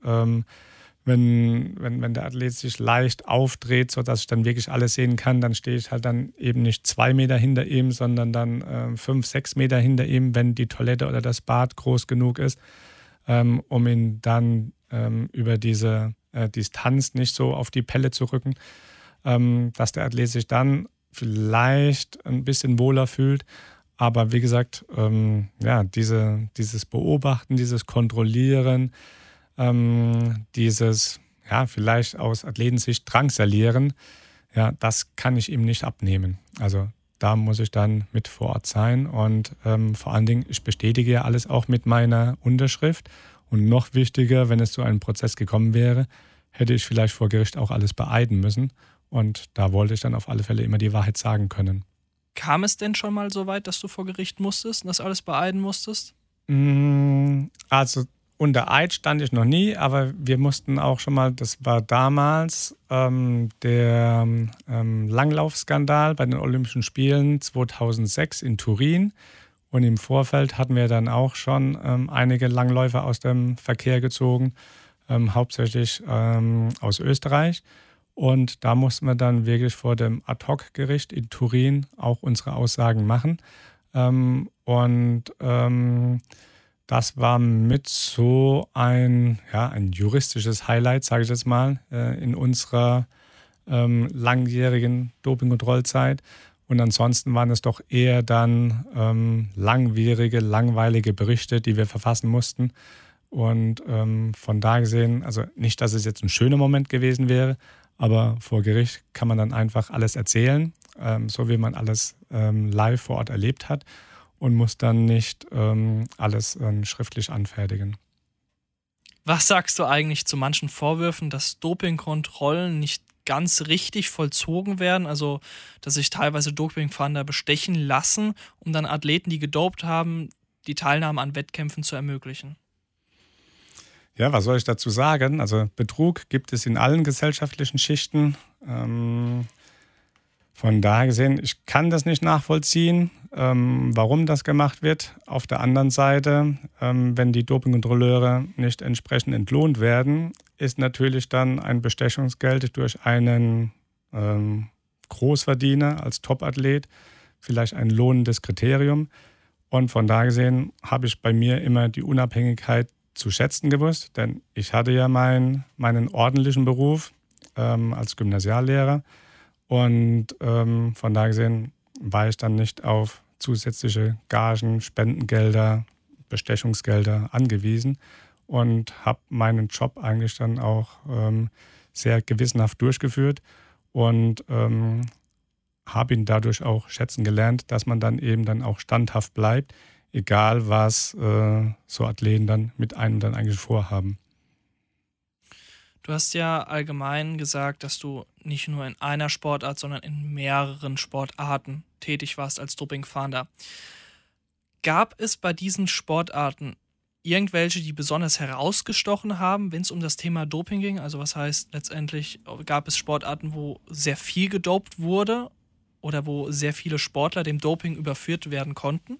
Speaker 2: wenn der Athlet sich leicht aufdreht, sodass ich dann wirklich alles sehen kann, dann stehe ich halt dann eben nicht 2 Meter hinter ihm, sondern dann 5, 6 Meter hinter ihm, wenn die Toilette oder das Bad groß genug ist, um ihn dann über diese Distanz nicht so auf die Pelle zu rücken, dass der Athlet sich dann vielleicht ein bisschen wohler fühlt. Aber wie gesagt, dieses Beobachten, dieses Kontrollieren, dieses vielleicht aus Athletensicht drangsalieren, das kann ich ihm nicht abnehmen. Also da muss ich dann mit vor Ort sein und vor allen Dingen, ich bestätige ja alles auch mit meiner Unterschrift. Und noch wichtiger, wenn es zu einem Prozess gekommen wäre, hätte ich vielleicht vor Gericht auch alles beeiden müssen. Und da wollte ich dann auf alle Fälle immer die Wahrheit sagen können.
Speaker 1: Kam es denn schon mal so weit, dass du vor Gericht musstest und das alles beeiden musstest?
Speaker 2: Also unter Eid stand ich noch nie, aber wir mussten auch schon mal, das war damals der Langlaufskandal bei den Olympischen Spielen 2006 in Turin. Und im Vorfeld hatten wir dann auch schon einige Langläufer aus dem Verkehr gezogen, hauptsächlich aus Österreich. Und da mussten wir dann wirklich vor dem Ad-Hoc-Gericht in Turin auch unsere Aussagen machen. Das war mit so ein juristisches Highlight, sage ich jetzt mal, in unserer langjährigen Dopingkontrollzeit. Und ansonsten waren es doch eher dann langwierige, langweilige Berichte, die wir verfassen mussten. Und von da gesehen, also nicht, dass es jetzt ein schöner Moment gewesen wäre, aber vor Gericht kann man dann einfach alles erzählen, so wie man alles live vor Ort erlebt hat und muss dann nicht alles schriftlich anfertigen.
Speaker 1: Was sagst du eigentlich zu manchen Vorwürfen, dass Dopingkontrollen nicht ganz richtig vollzogen werden, also dass sich teilweise Dopingfahnder bestechen lassen, um dann Athleten, die gedopt haben, die Teilnahme an Wettkämpfen zu ermöglichen.
Speaker 2: Ja, was soll ich dazu sagen? Also Betrug gibt es in allen gesellschaftlichen Schichten. Von daher gesehen, ich kann das nicht nachvollziehen, warum das gemacht wird. Auf der anderen Seite, wenn die Dopingkontrolleure nicht entsprechend entlohnt werden, ist natürlich dann ein Bestechungsgeld durch einen Großverdiener als Topathlet vielleicht ein lohnendes Kriterium. Und von daher gesehen habe ich bei mir immer die Unabhängigkeit zu schätzen gewusst, denn ich hatte ja meinen ordentlichen Beruf als Gymnasiallehrer. Und von daher gesehen war ich dann nicht auf zusätzliche Gagen, Spendengelder, Bestechungsgelder angewiesen und habe meinen Job eigentlich dann auch sehr gewissenhaft durchgeführt und habe ihn dadurch auch schätzen gelernt, dass man dann eben dann auch standhaft bleibt, egal was so Athleten dann mit einem dann eigentlich vorhaben.
Speaker 1: Du hast ja allgemein gesagt, dass du nicht nur in einer Sportart, sondern in mehreren Sportarten tätig warst als Dopingfahnder. Gab es bei diesen Sportarten irgendwelche, die besonders herausgestochen haben, wenn es um das Thema Doping ging? Also was heißt letztendlich, gab es Sportarten, wo sehr viel gedopt wurde oder wo sehr viele Sportler dem Doping überführt werden konnten?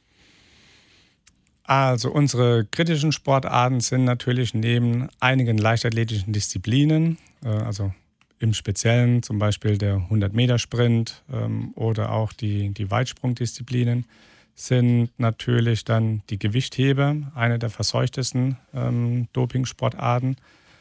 Speaker 2: Also unsere kritischen Sportarten sind natürlich neben einigen leichtathletischen Disziplinen, also im Speziellen zum Beispiel der 100-Meter-Sprint oder auch die Weitsprungdisziplinen, sind natürlich dann die Gewichtheber, eine der verseuchtesten Dopingsportarten.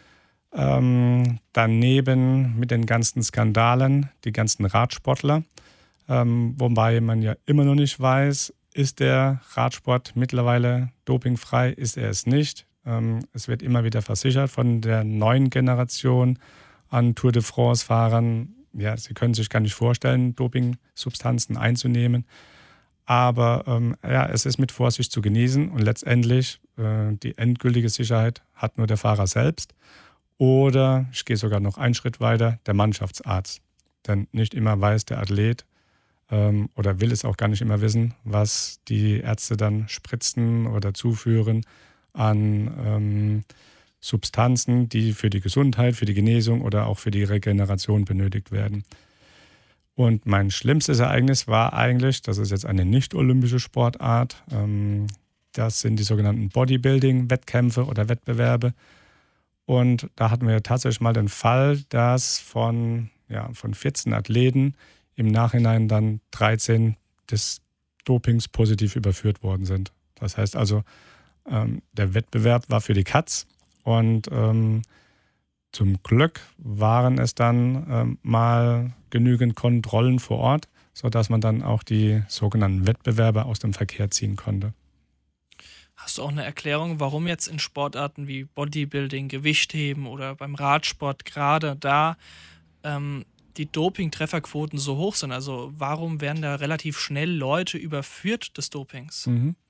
Speaker 2: Daneben mit den ganzen Skandalen die ganzen Radsportler, wobei man ja immer noch nicht weiß, ist der Radsport mittlerweile dopingfrei? Ist er es nicht? Es wird immer wieder versichert von der neuen Generation an Tour de France-Fahrern. Ja, sie können sich gar nicht vorstellen, Dopingsubstanzen einzunehmen. Aber es ist mit Vorsicht zu genießen und letztendlich die endgültige Sicherheit hat nur der Fahrer selbst. Oder, ich gehe sogar noch einen Schritt weiter, der Mannschaftsarzt. Denn nicht immer weiß der Athlet, oder will es auch gar nicht immer wissen, was die Ärzte dann spritzen oder zuführen an Substanzen, die für die Gesundheit, für die Genesung oder auch für die Regeneration benötigt werden. Und mein schlimmstes Ereignis war eigentlich, das ist jetzt eine nicht-olympische Sportart, das sind die sogenannten Bodybuilding-Wettkämpfe oder Wettbewerbe. Und da hatten wir tatsächlich mal den Fall, dass von 14 Athleten im Nachhinein dann 13 des Dopings positiv überführt worden sind. Das heißt also, der Wettbewerb war für die Katz und zum Glück waren es dann mal genügend Kontrollen vor Ort, sodass man dann auch die sogenannten Wettbewerbe aus dem Verkehr ziehen konnte.
Speaker 1: Hast du auch eine Erklärung, warum jetzt in Sportarten wie Bodybuilding, Gewichtheben oder beim Radsport gerade da die Doping-Trefferquoten so hoch sind? Also warum werden da relativ schnell Leute überführt des Dopings?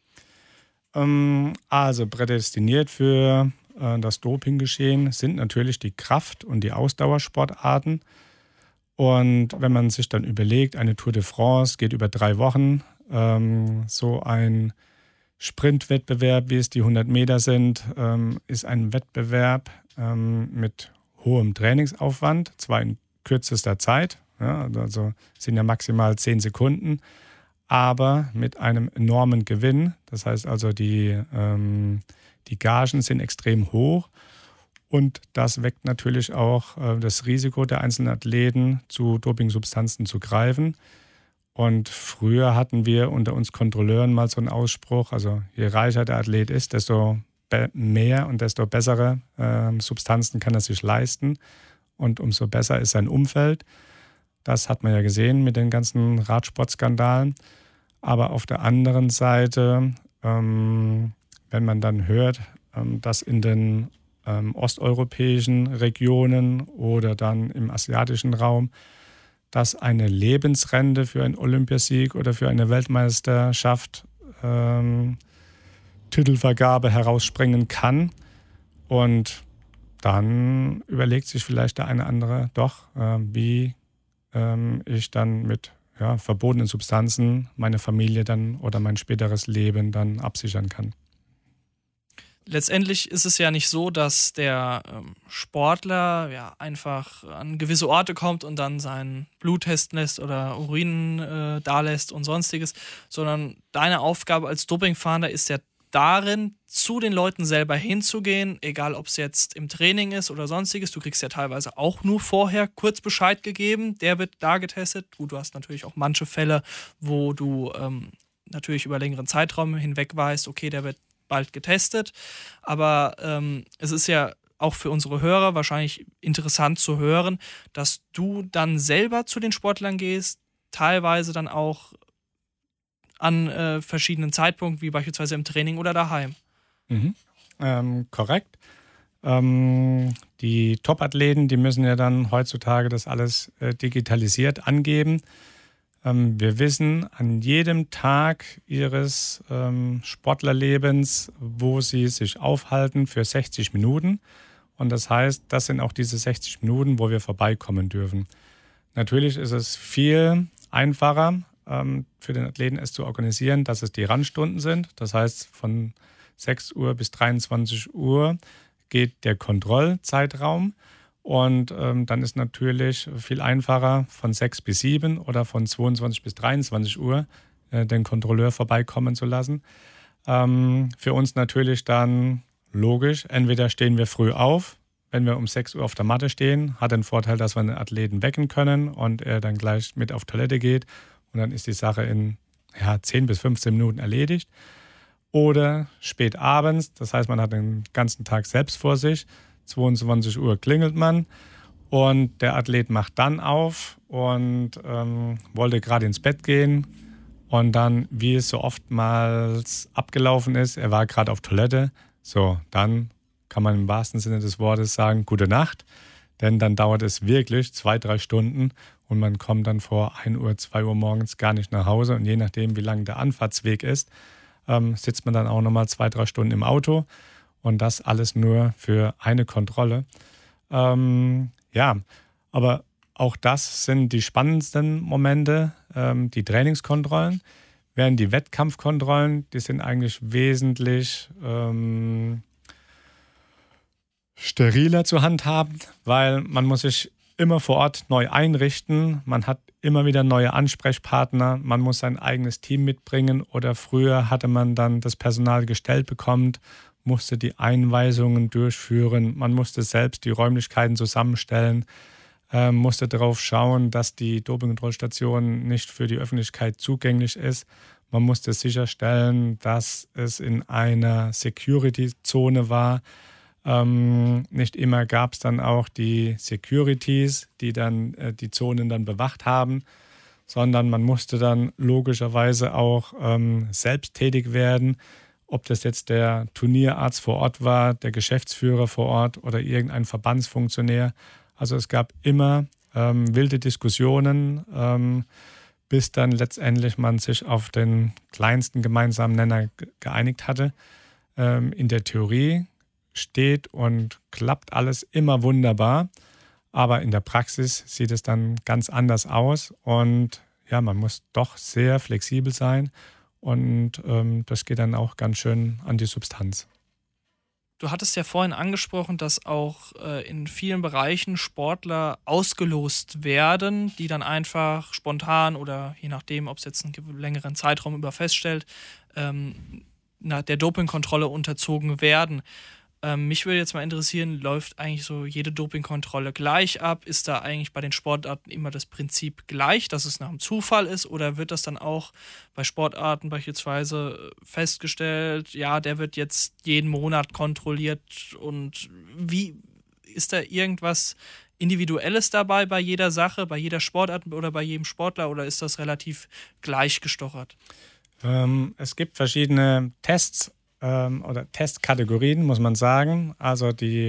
Speaker 2: Also prädestiniert für das Dopinggeschehen sind natürlich die Kraft- und die Ausdauersportarten. Und wenn man sich dann überlegt, eine Tour de France geht über 3 Wochen, so ein Sprintwettbewerb, wie es die 100 Meter sind, ist ein Wettbewerb mit hohem Trainingsaufwand, zwar in kürzester Zeit, ja, also sind ja maximal 10 Sekunden, aber mit einem enormen Gewinn. Das heißt also, die Gagen sind extrem hoch und das weckt natürlich auch das Risiko der einzelnen Athleten, zu Dopingsubstanzen zu greifen. Und früher hatten wir unter uns Kontrolleuren mal so einen Ausspruch, also je reicher der Athlet ist, desto mehr und desto bessere Substanzen kann er sich leisten und umso besser ist sein Umfeld. Das hat man ja gesehen mit den ganzen Radsportskandalen. Aber auf der anderen Seite, wenn man dann hört, dass in den osteuropäischen Regionen oder dann im asiatischen Raum, dass eine Lebensrente für einen Olympiasieg oder für eine Weltmeisterschaft Titelvergabe herausspringen kann. Und dann überlegt sich vielleicht der eine andere doch, wie ich dann mit verbotenen Substanzen meine Familie dann oder mein späteres Leben dann absichern kann.
Speaker 1: Letztendlich ist es ja nicht so, dass der Sportler einfach an gewisse Orte kommt und dann seinen Blut testen lässt oder Urin dalässt und sonstiges, sondern deine Aufgabe als Dopingfahnder ist ja darin, zu den Leuten selber hinzugehen, egal ob es jetzt im Training ist oder sonstiges. Du kriegst ja teilweise auch nur vorher kurz Bescheid gegeben, der wird da getestet. Du hast natürlich auch manche Fälle, wo du natürlich über längeren Zeitraum hinweg weißt, okay, der wird bald getestet. Aber es ist ja auch für unsere Hörer wahrscheinlich interessant zu hören, dass du dann selber zu den Sportlern gehst, teilweise dann auch an verschiedenen Zeitpunkten, wie beispielsweise im Training oder daheim.
Speaker 2: Korrekt. Die Top-Athleten, die müssen ja dann heutzutage das alles digitalisiert angeben. Wir wissen an jedem Tag ihres Sportlerlebens, wo sie sich aufhalten für 60 Minuten. Und das heißt, das sind auch diese 60 Minuten, wo wir vorbeikommen dürfen. Natürlich ist es viel einfacher für den Athleten es zu organisieren, dass es die Randstunden sind. Das heißt, von 6 Uhr bis 23 Uhr geht der Kontrollzeitraum. Und dann ist natürlich viel einfacher, von 6 bis 7 oder von 22 bis 23 Uhr den Kontrolleur vorbeikommen zu lassen. Für uns natürlich dann logisch, entweder stehen wir früh auf, wenn wir um 6 Uhr auf der Matte stehen, hat den Vorteil, dass wir den Athleten wecken können und er dann gleich mit auf Toilette geht und dann ist die Sache in 10 bis 15 Minuten erledigt. Oder spät abends, das heißt, man hat den ganzen Tag selbst vor sich, 22 Uhr klingelt man und der Athlet macht dann auf und wollte gerade ins Bett gehen und dann, wie es so oftmals abgelaufen ist, er war gerade auf Toilette, so, dann kann man im wahrsten Sinne des Wortes sagen, gute Nacht, denn dann dauert es wirklich 2-3 Stunden und man kommt dann vor 1 Uhr, 2 Uhr morgens gar nicht nach Hause und je nachdem, wie lang der Anfahrtsweg ist, sitzt man dann auch nochmal 2-3 Stunden im Auto. Und das alles nur für eine Kontrolle. Aber auch das sind die spannendsten Momente, die Trainingskontrollen. Während die Wettkampfkontrollen, die sind eigentlich wesentlich steriler zu handhaben, weil man muss sich immer vor Ort neu einrichten. Man hat immer wieder neue Ansprechpartner. Man muss sein eigenes Team mitbringen. Oder früher hatte man dann das Personal gestellt bekommen, musste die Einweisungen durchführen, man musste selbst die Räumlichkeiten zusammenstellen, musste darauf schauen, dass die Dopingkontrollstation nicht für die Öffentlichkeit zugänglich ist. Man musste sicherstellen, dass es in einer Security-Zone war. Nicht immer gab es dann auch die Securities, die dann die Zonen dann bewacht haben, sondern man musste dann logischerweise auch selbst tätig werden. Ob das jetzt der Turnierarzt vor Ort war, der Geschäftsführer vor Ort oder irgendein Verbandsfunktionär. Also es gab immer wilde Diskussionen, bis dann letztendlich man sich auf den kleinsten gemeinsamen Nenner geeinigt hatte. In der Theorie steht und klappt alles immer wunderbar, aber in der Praxis sieht es dann ganz anders aus und ja, man muss doch sehr flexibel sein. Und das geht dann auch ganz schön an die Substanz.
Speaker 1: Du hattest ja vorhin angesprochen, dass auch in vielen Bereichen Sportler ausgelost werden, die dann einfach spontan oder je nachdem, ob es jetzt einen längeren Zeitraum über feststellt, der Dopingkontrolle unterzogen werden. Mich würde jetzt mal interessieren, läuft eigentlich so jede Dopingkontrolle gleich ab? Ist da eigentlich bei den Sportarten immer das Prinzip gleich, dass es nach einem Zufall ist? Oder wird das dann auch bei Sportarten beispielsweise festgestellt, ja, der wird jetzt jeden Monat kontrolliert? Und wie ist da irgendwas Individuelles dabei bei jeder Sache, bei jeder Sportart oder bei jedem Sportler? Oder ist das relativ gleich gestochert?
Speaker 2: Es gibt verschiedene Tests oder Testkategorien, muss man sagen. Also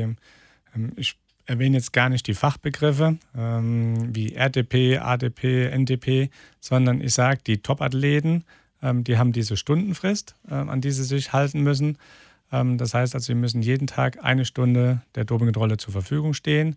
Speaker 2: ich erwähne jetzt gar nicht die Fachbegriffe wie RTP, ATP, NTP, sondern ich sage, die Top-Athleten, die haben diese Stundenfrist, an die sie sich halten müssen. Das heißt also, sie müssen jeden Tag 1 Stunde der Dopingkontrolle zur Verfügung stehen.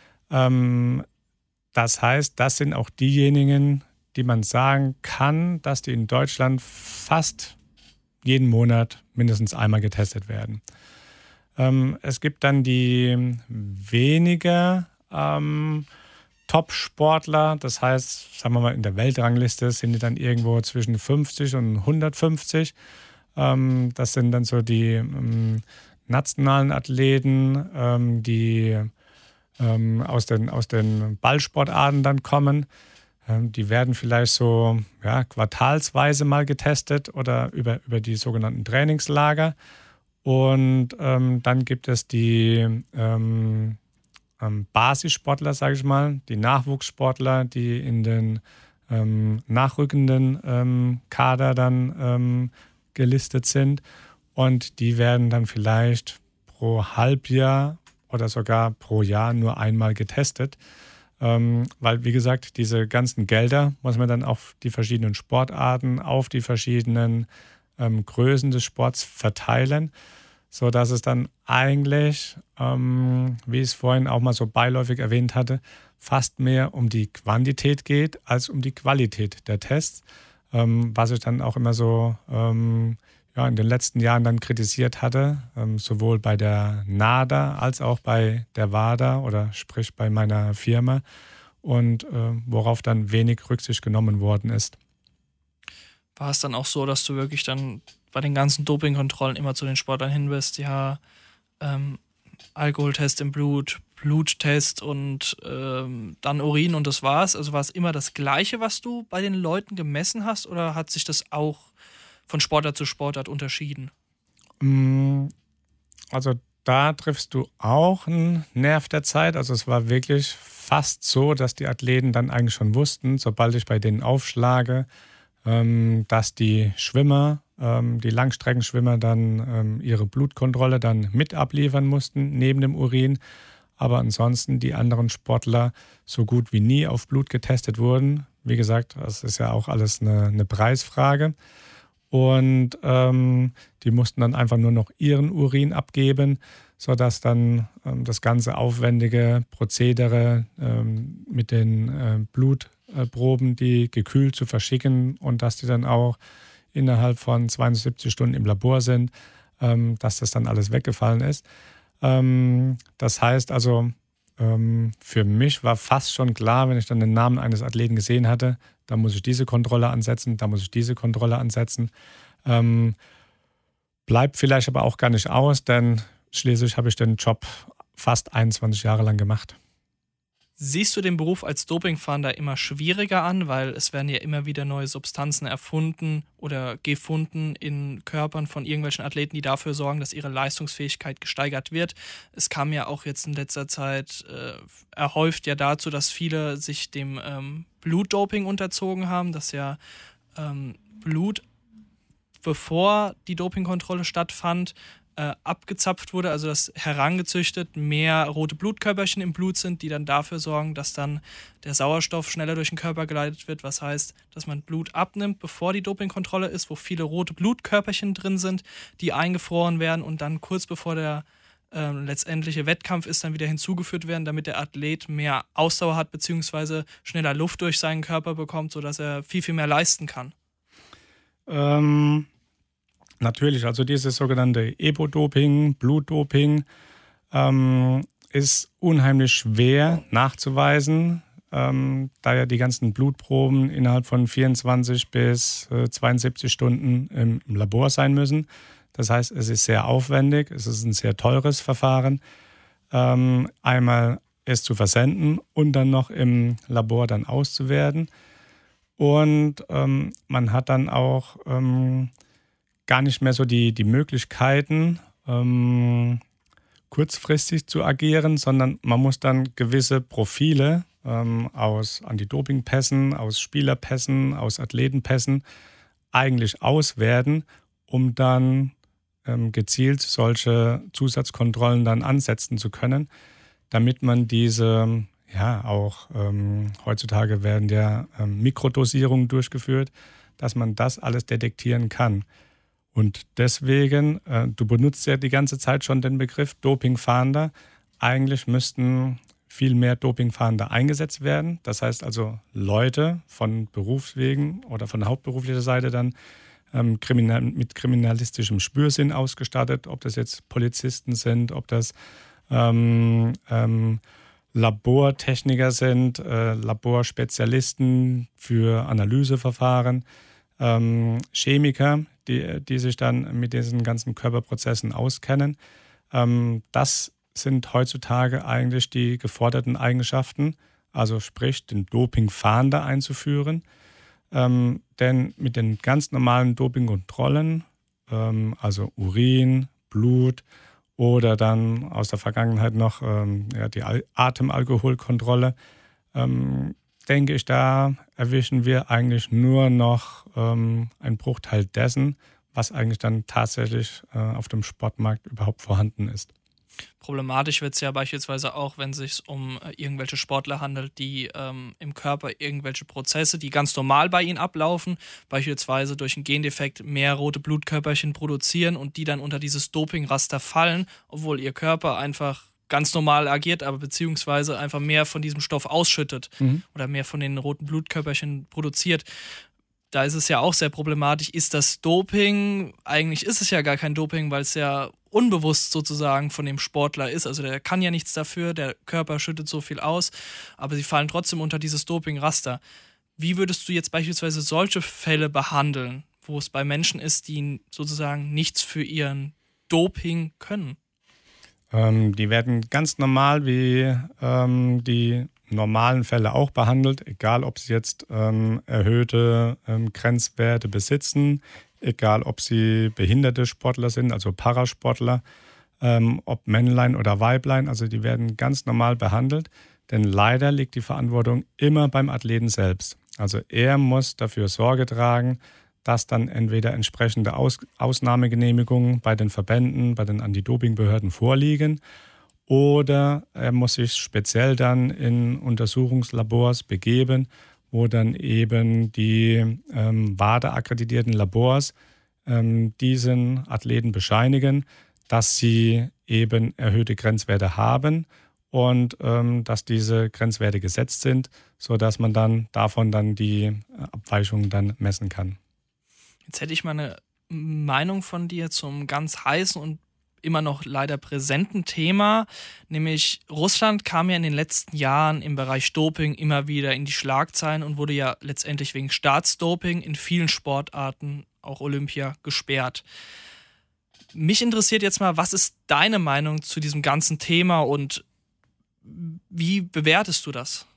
Speaker 2: Das heißt, das sind auch diejenigen, die man sagen kann, dass die in Deutschland fast jeden Monat mindestens einmal getestet werden. Es gibt dann die weniger Top-Sportler, das heißt, sagen wir mal, in der Weltrangliste sind die dann irgendwo zwischen 50 und 150. Das sind dann so die nationalen Athleten, die aus den Ballsportarten dann kommen. Die werden vielleicht so quartalsweise mal getestet oder über die sogenannten Trainingslager. Und dann gibt es die Basissportler, sage ich mal, die Nachwuchssportler, die in den nachrückenden Kader dann gelistet sind. Und die werden dann vielleicht pro Halbjahr oder sogar pro Jahr nur einmal getestet. Weil, wie gesagt, diese ganzen Gelder muss man dann auf die verschiedenen Sportarten, auf die verschiedenen Größen des Sports verteilen, sodass es dann eigentlich, wie ich es vorhin auch mal so beiläufig erwähnt hatte, fast mehr um die Quantität geht als um die Qualität der Tests, was ich dann auch immer so in den letzten Jahren dann kritisiert hatte, sowohl bei der NADA als auch bei der WADA oder sprich bei meiner Firma und worauf dann wenig Rücksicht genommen worden ist.
Speaker 1: War es dann auch so, dass du wirklich dann bei den ganzen Dopingkontrollen immer zu den Sportlern hin bist, ja, Alkoholtest im Blut, Bluttest und dann Urin und das war's? Also war es immer das Gleiche, was du bei den Leuten gemessen hast oder hat sich das auch von Sportart zu Sportart unterschieden?
Speaker 2: Also da triffst du auch einen Nerv der Zeit. Also es war wirklich fast so, dass die Athleten dann eigentlich schon wussten, sobald ich bei denen aufschlage, dass die Schwimmer, die Langstreckenschwimmer dann ihre Blutkontrolle dann mit abliefern mussten, neben dem Urin. Aber ansonsten die anderen Sportler so gut wie nie auf Blut getestet wurden. Wie gesagt, das ist ja auch alles eine Preisfrage. Und die mussten dann einfach nur noch ihren Urin abgeben, sodass dann das ganze aufwendige Prozedere mit den Blutproben, die gekühlt zu verschicken und dass die dann auch innerhalb von 72 Stunden im Labor sind, dass das dann alles weggefallen ist. Das heißt also, für mich war fast schon klar, wenn ich dann den Namen eines Athleten gesehen hatte, da muss ich diese Kontrolle ansetzen, da muss ich diese Kontrolle ansetzen. Bleibt vielleicht aber auch gar nicht aus, denn schließlich habe ich den Job fast 21 Jahre lang gemacht.
Speaker 1: Siehst du den Beruf als Dopingfahnder immer schwieriger an, weil es werden ja immer wieder neue Substanzen erfunden oder gefunden in Körpern von irgendwelchen Athleten, die dafür sorgen, dass ihre Leistungsfähigkeit gesteigert wird. Es kam ja auch jetzt in letzter Zeit erhäuft ja dazu, dass viele sich dem Blutdoping unterzogen haben, dass ja Blut, bevor die Dopingkontrolle stattfand, abgezapft wurde, also dass herangezüchtet mehr rote Blutkörperchen im Blut sind, die dann dafür sorgen, dass dann der Sauerstoff schneller durch den Körper geleitet wird, was heißt, dass man Blut abnimmt, bevor die Dopingkontrolle ist, wo viele rote Blutkörperchen drin sind, die eingefroren werden und dann kurz bevor der letztendliche Wettkampf ist, dann wieder hinzugeführt werden, damit der Athlet mehr Ausdauer hat, beziehungsweise schneller Luft durch seinen Körper bekommt, sodass er viel, viel mehr leisten kann.
Speaker 2: Natürlich, also dieses sogenannte Epo-Doping, Blutdoping, ist unheimlich schwer nachzuweisen, da ja die ganzen Blutproben innerhalb von 24 bis 72 Stunden im Labor sein müssen. Das heißt, es ist sehr aufwendig, es ist ein sehr teures Verfahren, einmal es zu versenden und dann noch im Labor dann auszuwerten. Und man hat dann auch gar nicht mehr so die Möglichkeiten, kurzfristig zu agieren, sondern man muss dann gewisse Profile aus Anti-Doping-Pässen, aus Spielerpässen, aus Athletenpässen eigentlich auswerten, um dann gezielt solche Zusatzkontrollen dann ansetzen zu können, damit man diese, auch heutzutage werden ja Mikrodosierungen durchgeführt, dass man das alles detektieren kann. Und deswegen, du benutzt ja die ganze Zeit schon den Begriff Dopingfahnder. Eigentlich müssten viel mehr Dopingfahnder eingesetzt werden. Das heißt also Leute von Berufswegen oder von hauptberuflicher Seite dann mit kriminalistischem Spürsinn ausgestattet, ob das jetzt Polizisten sind, ob das Labortechniker sind, Laborspezialisten für Analyseverfahren, Chemiker, die sich dann mit diesen ganzen Körperprozessen auskennen. Das sind heutzutage eigentlich die geforderten Eigenschaften, also sprich den Dopingfahnder einzuführen. Denn mit den ganz normalen Dopingkontrollen, also Urin, Blut oder dann aus der Vergangenheit noch die Atemalkoholkontrolle, denke ich, da erwischen wir eigentlich nur noch einen Bruchteil dessen, was eigentlich dann tatsächlich auf dem Sportmarkt überhaupt vorhanden ist.
Speaker 1: Problematisch wird es ja beispielsweise auch, wenn es sich um irgendwelche Sportler handelt, die im Körper irgendwelche Prozesse, die ganz normal bei ihnen ablaufen, beispielsweise durch einen Gendefekt mehr rote Blutkörperchen produzieren und die dann unter dieses Dopingraster fallen, obwohl ihr Körper einfach ganz normal agiert, aber beziehungsweise einfach mehr von diesem Stoff ausschüttet oder mehr von den roten Blutkörperchen produziert. Da ist es ja auch sehr problematisch. Ist das Doping? Eigentlich ist es ja gar kein Doping, weil es ja unbewusst sozusagen von dem Sportler ist. Also der kann ja nichts dafür, der Körper schüttet so viel aus, aber sie fallen trotzdem unter dieses Dopingraster. Wie würdest du jetzt beispielsweise solche Fälle behandeln, wo es bei Menschen ist, die sozusagen nichts für ihren Doping können?
Speaker 2: Die werden ganz normal wie die normalen Fälle auch behandelt, egal ob sie jetzt erhöhte Grenzwerte besitzen, egal ob sie behinderte Sportler sind, also Parasportler, ob Männlein oder Weiblein, also die werden ganz normal behandelt, denn leider liegt die Verantwortung immer beim Athleten selbst. Also er muss dafür Sorge tragen, dass dann entweder entsprechende Ausnahmegenehmigungen bei den Verbänden, bei den Anti-Doping-Behörden vorliegen, oder er muss sich speziell dann in Untersuchungslabors begeben, wo dann eben die WADA-akkreditierten Labors diesen Athleten bescheinigen, dass sie eben erhöhte Grenzwerte haben und dass diese Grenzwerte gesetzt sind, sodass man dann davon dann die Abweichungen dann messen kann.
Speaker 1: Jetzt hätte ich mal eine Meinung von dir zum ganz heißen und immer noch leider präsenten Thema, nämlich Russland kam ja in den letzten Jahren im Bereich Doping immer wieder in die Schlagzeilen und wurde ja letztendlich wegen Staatsdoping in vielen Sportarten, auch Olympia, gesperrt. Mich interessiert jetzt mal, was ist deine Meinung zu diesem ganzen Thema und wie bewertest du das?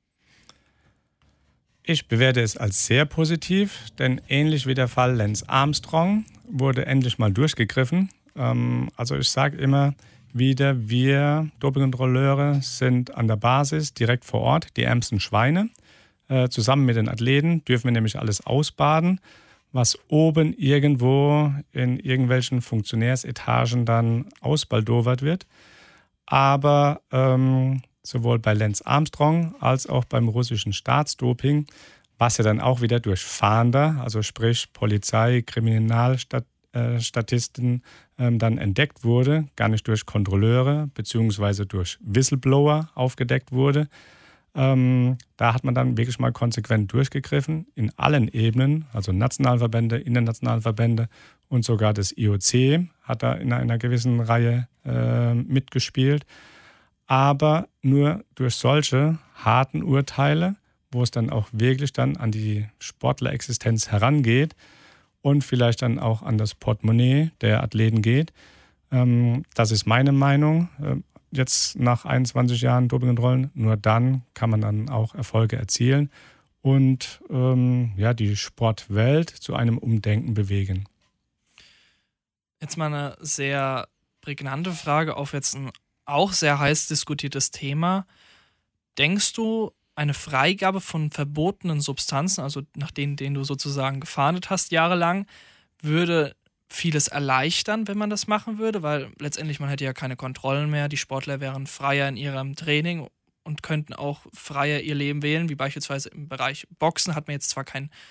Speaker 2: Ich bewerte es als sehr positiv, denn ähnlich wie der Fall Lance Armstrong wurde endlich mal durchgegriffen. Also ich sage immer wieder, wir Dopingkontrolleure sind an der Basis direkt vor Ort, die ärmsten Schweine. Zusammen mit den Athleten dürfen wir nämlich alles ausbaden, was oben irgendwo in irgendwelchen Funktionärsetagen dann ausbaldowert wird. Aber sowohl bei Lance Armstrong als auch beim russischen Staatsdoping, was ja dann auch wieder durch Fahnder, also sprich Polizei, Kriminalstatisten dann entdeckt wurde, gar nicht durch Kontrolleure beziehungsweise durch Whistleblower aufgedeckt wurde. Da hat man dann wirklich mal konsequent durchgegriffen in allen Ebenen, also Nationalverbände, internationale Verbände und sogar das IOC hat da in einer gewissen Reihe mitgespielt. Aber nur durch solche harten Urteile, wo es dann auch wirklich dann an die Sportlerexistenz herangeht und vielleicht dann auch an das Portemonnaie der Athleten geht. Das ist meine Meinung. Jetzt nach 21 Jahren Dopingkontrollen, nur dann kann man dann auch Erfolge erzielen und die Sportwelt zu einem Umdenken bewegen.
Speaker 1: Jetzt mal eine sehr prägnante Frage auf jetzt ein auch sehr heiß diskutiertes Thema. Denkst du, eine Freigabe von verbotenen Substanzen, also nach denen du sozusagen gefahndet hast jahrelang, würde vieles erleichtern, wenn man das machen würde? Weil letztendlich man hätte ja keine Kontrollen mehr, die Sportler wären freier in ihrem Training und könnten auch freier ihr Leben wählen, wie beispielsweise im Bereich Boxen hat man jetzt zwar kein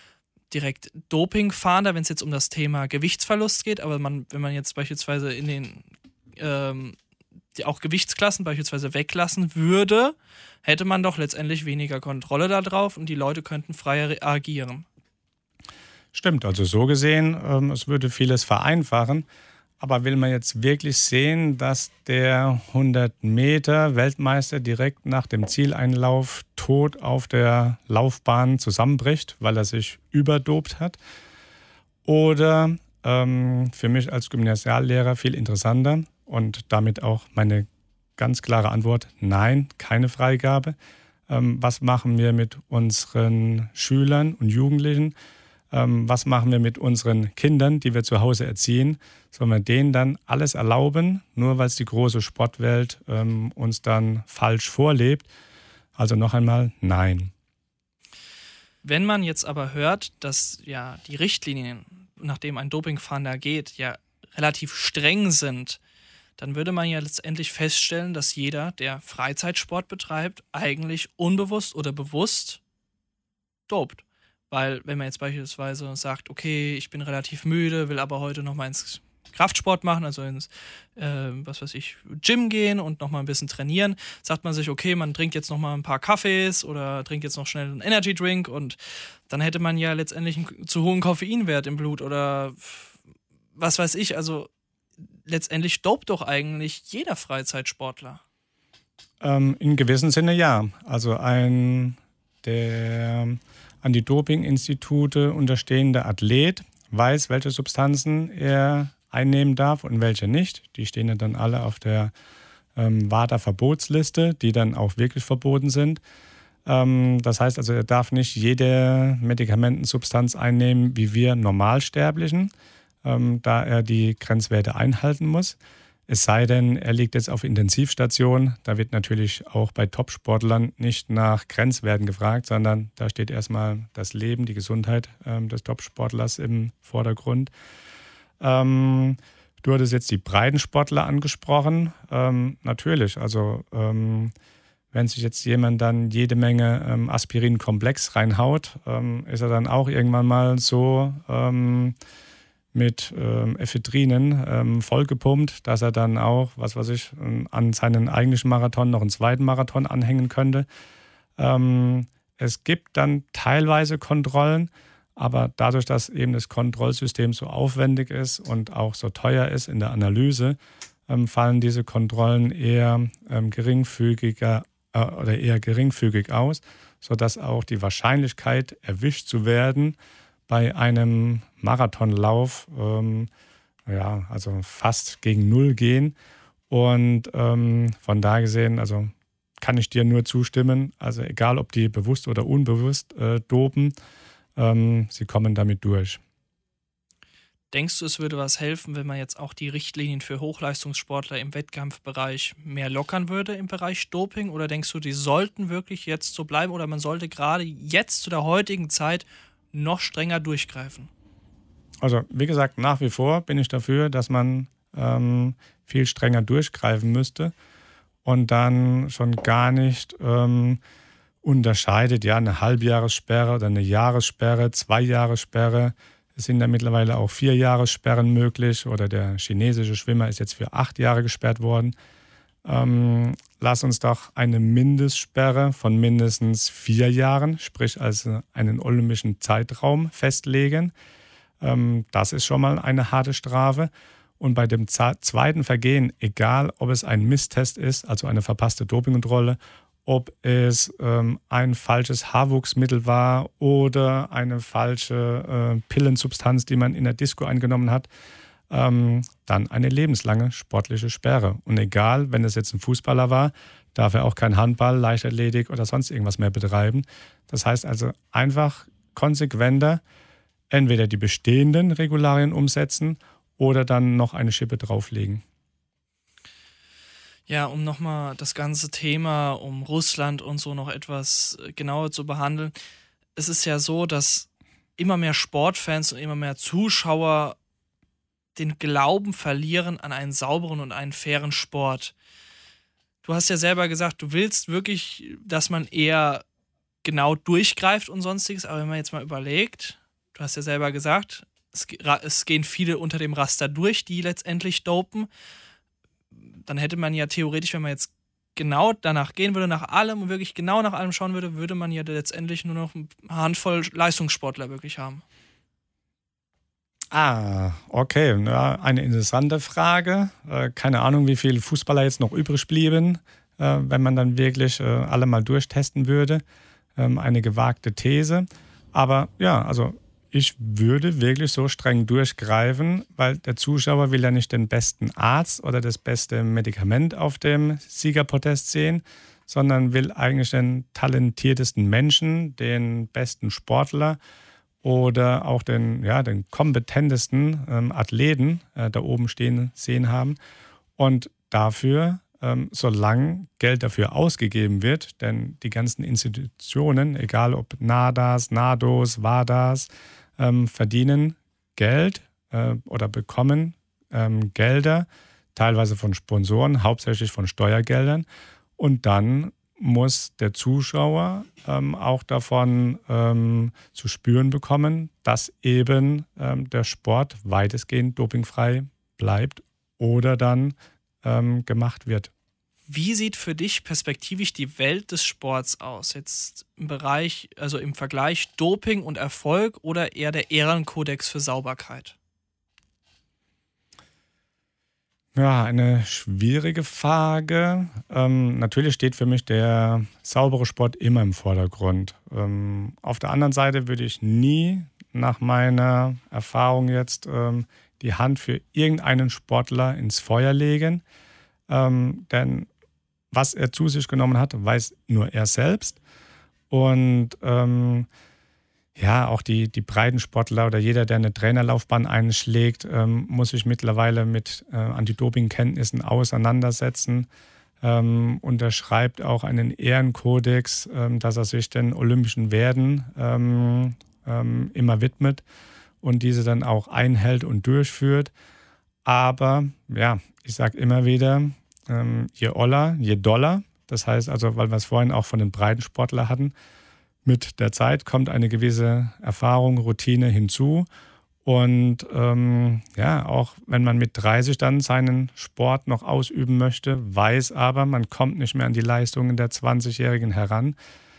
Speaker 1: direkt Dopingfahnder, wenn es jetzt um das Thema Gewichtsverlust geht, aber wenn man jetzt beispielsweise in den auch Gewichtsklassen beispielsweise weglassen würde, hätte man doch letztendlich weniger Kontrolle darauf und die Leute könnten freier agieren.
Speaker 2: Stimmt, also so gesehen, es würde vieles vereinfachen. Aber will man jetzt wirklich sehen, dass der 100-Meter-Weltmeister direkt nach dem Zieleinlauf tot auf der Laufbahn zusammenbricht, weil er sich überdopt hat? Oder für mich als Gymnasiallehrer viel interessanter und damit auch meine ganz klare Antwort, nein, keine Freigabe. Was machen wir mit unseren Schülern und Jugendlichen? Was machen wir mit unseren Kindern, die wir zu Hause erziehen? Sollen wir denen dann alles erlauben, nur weil es die große Sportwelt uns dann falsch vorlebt? Also noch einmal, nein.
Speaker 1: Wenn man jetzt aber hört, dass ja die Richtlinien, nachdem ein Dopingfahnder geht, ja relativ streng sind, dann würde man ja letztendlich feststellen, dass jeder, der Freizeitsport betreibt, eigentlich unbewusst oder bewusst dopt. Weil wenn man jetzt beispielsweise sagt, okay, ich bin relativ müde, will aber heute nochmal ins Kraftsport machen, also ins, Gym gehen und nochmal ein bisschen trainieren, sagt man sich, okay, man trinkt jetzt nochmal ein paar Kaffees oder trinkt jetzt noch schnell einen Energy Drink und dann hätte man ja letztendlich einen zu hohen Koffeinwert im Blut oder was weiß ich, also letztendlich dopt doch eigentlich jeder Freizeitsportler.
Speaker 2: In gewissem Sinne ja. Also der Anti-Doping-Institute unterstehende Athlet weiß, welche Substanzen er einnehmen darf und welche nicht. Die stehen ja dann alle auf der WADA-Verbotsliste, die dann auch wirklich verboten sind. Das heißt also, er darf nicht jede Medikamentensubstanz einnehmen wie wir Normalsterblichen, da er die Grenzwerte einhalten muss. Es sei denn, er liegt jetzt auf Intensivstation. Da wird natürlich auch bei Topsportlern nicht nach Grenzwerten gefragt, sondern da steht erstmal das Leben, die Gesundheit des Topsportlers im Vordergrund. Du hattest jetzt die Breitensportler angesprochen. Natürlich, also wenn sich jetzt jemand dann jede Menge Aspirin-Komplex reinhaut, ist er dann auch irgendwann mal so mit Ephedrinen vollgepumpt, dass er dann auch, an seinen eigentlichen Marathon noch einen zweiten Marathon anhängen könnte. Es gibt dann teilweise Kontrollen, aber dadurch, dass eben das Kontrollsystem so aufwendig ist und auch so teuer ist in der Analyse, fallen diese Kontrollen eher geringfügig aus, sodass auch die Wahrscheinlichkeit, erwischt zu werden, bei einem Marathonlauf also fast gegen Null gehen. Und von da gesehen, also kann ich dir nur zustimmen. Also egal, ob die bewusst oder unbewusst dopen, sie kommen damit durch.
Speaker 1: Denkst du, es würde was helfen, wenn man jetzt auch die Richtlinien für Hochleistungssportler im Wettkampfbereich mehr lockern würde im Bereich Doping? Oder denkst du, die sollten wirklich jetzt so bleiben oder man sollte gerade jetzt zu der heutigen Zeit noch strenger durchgreifen?
Speaker 2: Also wie gesagt, nach wie vor bin ich dafür, dass man viel strenger durchgreifen müsste und dann schon gar nicht unterscheidet, ja, eine Halbjahressperre oder eine Jahressperre, 2 Jahressperre. Es sind ja mittlerweile auch 4 Jahressperren möglich oder der chinesische Schwimmer ist jetzt für 8 Jahre gesperrt worden. Lass uns doch eine Mindestsperre von mindestens 4 Jahren, sprich also einen olympischen Zeitraum festlegen. Das ist schon mal eine harte Strafe. Und bei dem zweiten Vergehen, egal ob es ein Misstest ist, also eine verpasste Dopingkontrolle, ob es ein falsches Haarwuchsmittel war oder eine falsche Pillensubstanz, die man in der Disco eingenommen hat, dann eine lebenslange sportliche Sperre. Und egal, wenn es jetzt ein Fußballer war, darf er auch kein Handball, Leichtathletik oder sonst irgendwas mehr betreiben. Das heißt also einfach konsequenter entweder die bestehenden Regularien umsetzen oder dann noch eine Schippe drauflegen.
Speaker 1: Ja, um nochmal das ganze Thema um Russland und so noch etwas genauer zu behandeln. Es ist ja so, dass immer mehr Sportfans und immer mehr Zuschauer den Glauben verlieren an einen sauberen und einen fairen Sport. Du hast ja selber gesagt, du willst wirklich, dass man eher genau durchgreift und sonstiges, aber wenn man jetzt mal überlegt, du hast ja selber gesagt, es gehen viele unter dem Raster durch, die letztendlich dopen. Dann hätte man ja theoretisch, wenn man jetzt genau danach gehen würde, nach allem und wirklich genau nach allem schauen würde, würde man ja letztendlich nur noch eine Handvoll Leistungssportler wirklich haben.
Speaker 2: Okay. Ja, eine interessante Frage. Keine Ahnung, wie viele Fußballer jetzt noch übrig blieben, wenn man dann wirklich alle mal durchtesten würde. Eine gewagte These. Aber ja, also ich würde wirklich so streng durchgreifen, weil der Zuschauer will ja nicht den besten Arzt oder das beste Medikament auf dem Siegerpodest sehen, sondern will eigentlich den talentiertesten Menschen, den besten Sportler oder auch den kompetentesten Athleten da oben sehen haben. Und dafür, solange Geld dafür ausgegeben wird, denn die ganzen Institutionen, egal ob NADAS, NADOS, WADAS, verdienen Geld oder bekommen Gelder, teilweise von Sponsoren, hauptsächlich von Steuergeldern. Und dann muss der Zuschauer auch davon zu spüren bekommen, dass eben der Sport weitestgehend dopingfrei bleibt oder dann gemacht wird.
Speaker 1: Wie sieht für dich perspektivisch die Welt des Sports aus? Jetzt im Bereich, also im Vergleich Doping und Erfolg oder eher der Ehrenkodex für Sauberkeit?
Speaker 2: Ja, eine schwierige Frage. Natürlich steht für mich der saubere Sport immer im Vordergrund. Auf der anderen Seite würde ich nie nach meiner Erfahrung jetzt die Hand für irgendeinen Sportler ins Feuer legen. Denn was er zu sich genommen hat, weiß nur er selbst. Und auch die Breitensportler oder jeder, der eine Trainerlaufbahn einschlägt, muss sich mittlerweile mit Anti-Doping-Kenntnissen auseinandersetzen. Unterschreibt auch einen Ehrenkodex, dass er sich den olympischen Werten immer widmet und diese dann auch einhält und durchführt. Aber ja, ich sage immer wieder, je oller, je doller. Das heißt also, weil wir es vorhin auch von den Breitensportlern hatten, mit der Zeit kommt eine gewisse Erfahrung, Routine hinzu. Und auch wenn man mit 30 dann seinen Sport noch ausüben möchte, weiß aber, man kommt nicht mehr an die Leistungen der 20-Jährigen heran,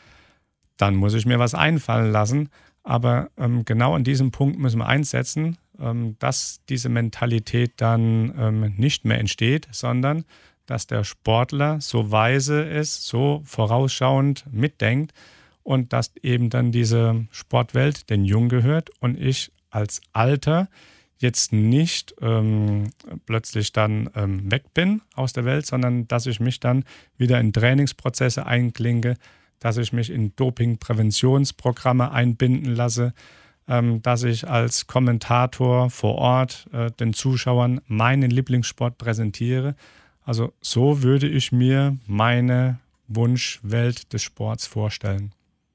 Speaker 2: dann muss ich mir was einfallen lassen. Aber genau an diesem Punkt müssen wir einsetzen, dass diese Mentalität dann nicht mehr entsteht, sondern dass der Sportler so weise ist, so vorausschauend mitdenkt und dass eben dann diese Sportwelt den Jungen gehört und ich als Alter jetzt nicht plötzlich dann weg bin aus der Welt, sondern dass ich mich dann wieder in Trainingsprozesse einklinke, dass ich mich in Dopingpräventionsprogramme einbinden lasse, dass ich als Kommentator vor Ort den Zuschauern meinen Lieblingssport präsentiere. Also so würde ich mir meine Wunschwelt des Sports vorstellen.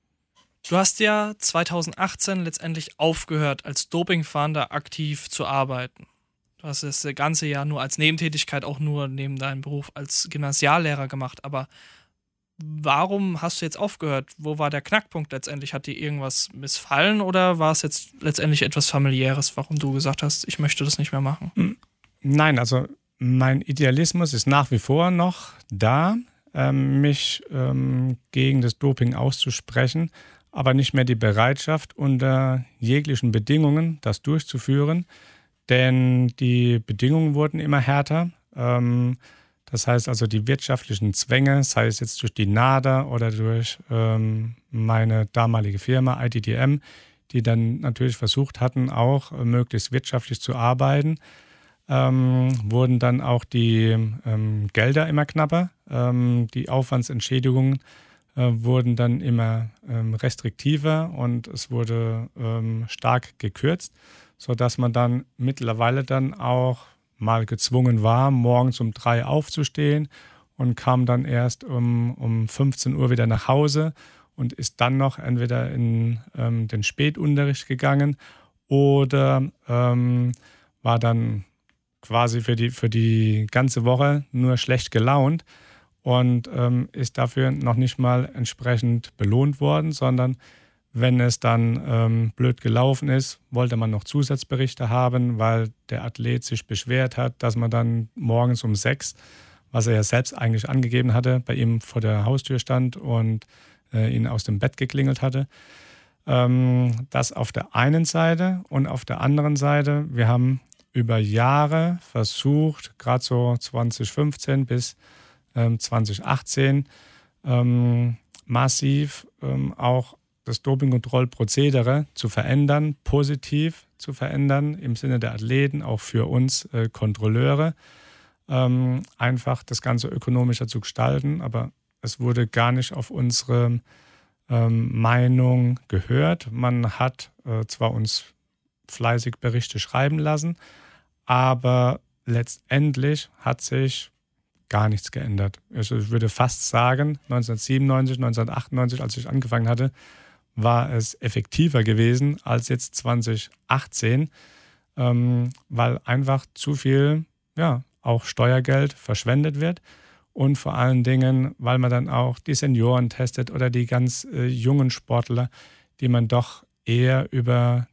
Speaker 1: Du hast ja 2018 letztendlich aufgehört, als Dopingfahnder aktiv zu arbeiten. Du hast das ganze Jahr nur als Nebentätigkeit, auch nur neben deinem Beruf als Gymnasiallehrer gemacht. Aber warum hast du jetzt aufgehört? Wo war der Knackpunkt letztendlich? Hat dir irgendwas missfallen oder war es jetzt letztendlich etwas Familiäres, warum du gesagt hast, ich möchte das nicht mehr machen?
Speaker 2: Nein, also mein Idealismus ist nach wie vor noch da, mich gegen das Doping auszusprechen, aber nicht mehr die Bereitschaft, unter jeglichen Bedingungen das durchzuführen, denn die Bedingungen wurden immer härter. Das heißt also die wirtschaftlichen Zwänge, sei es jetzt durch die NADA oder durch meine damalige Firma ITDM, die dann natürlich versucht hatten, auch möglichst wirtschaftlich zu arbeiten, wurden dann auch die Gelder immer knapper. Die Aufwandsentschädigungen wurden dann immer restriktiver und es wurde stark gekürzt, sodass man dann mittlerweile dann auch mal gezwungen war, morgens um 3 aufzustehen und kam dann erst um 15 Uhr wieder nach Hause und ist dann noch entweder in den Spätunterricht gegangen oder war dann quasi für die ganze Woche nur schlecht gelaunt und ist dafür noch nicht mal entsprechend belohnt worden, sondern Wenn es dann blöd gelaufen ist, wollte man noch Zusatzberichte haben, weil der Athlet sich beschwert hat, dass man dann morgens um 6, was er ja selbst eigentlich angegeben hatte, bei ihm vor der Haustür stand und ihn aus dem Bett geklingelt hatte. Das auf der einen Seite und auf der anderen Seite, wir haben über Jahre versucht, gerade so 2015 bis 2018, massiv auch das Dopingkontrollprozedere zu verändern, positiv zu verändern, im Sinne der Athleten, auch für uns Kontrolleure, einfach das Ganze ökonomischer zu gestalten. Aber es wurde gar nicht auf unsere Meinung gehört. Man hat zwar uns fleißig Berichte schreiben lassen, aber letztendlich hat sich gar nichts geändert. Also ich würde fast sagen, 1997, 1998, als ich angefangen hatte, war es effektiver gewesen als jetzt 2018, weil einfach zu viel, auch Steuergeld verschwendet wird. Und vor allen Dingen, weil man dann auch die Senioren testet oder die ganz jungen Sportler, die man doch eher über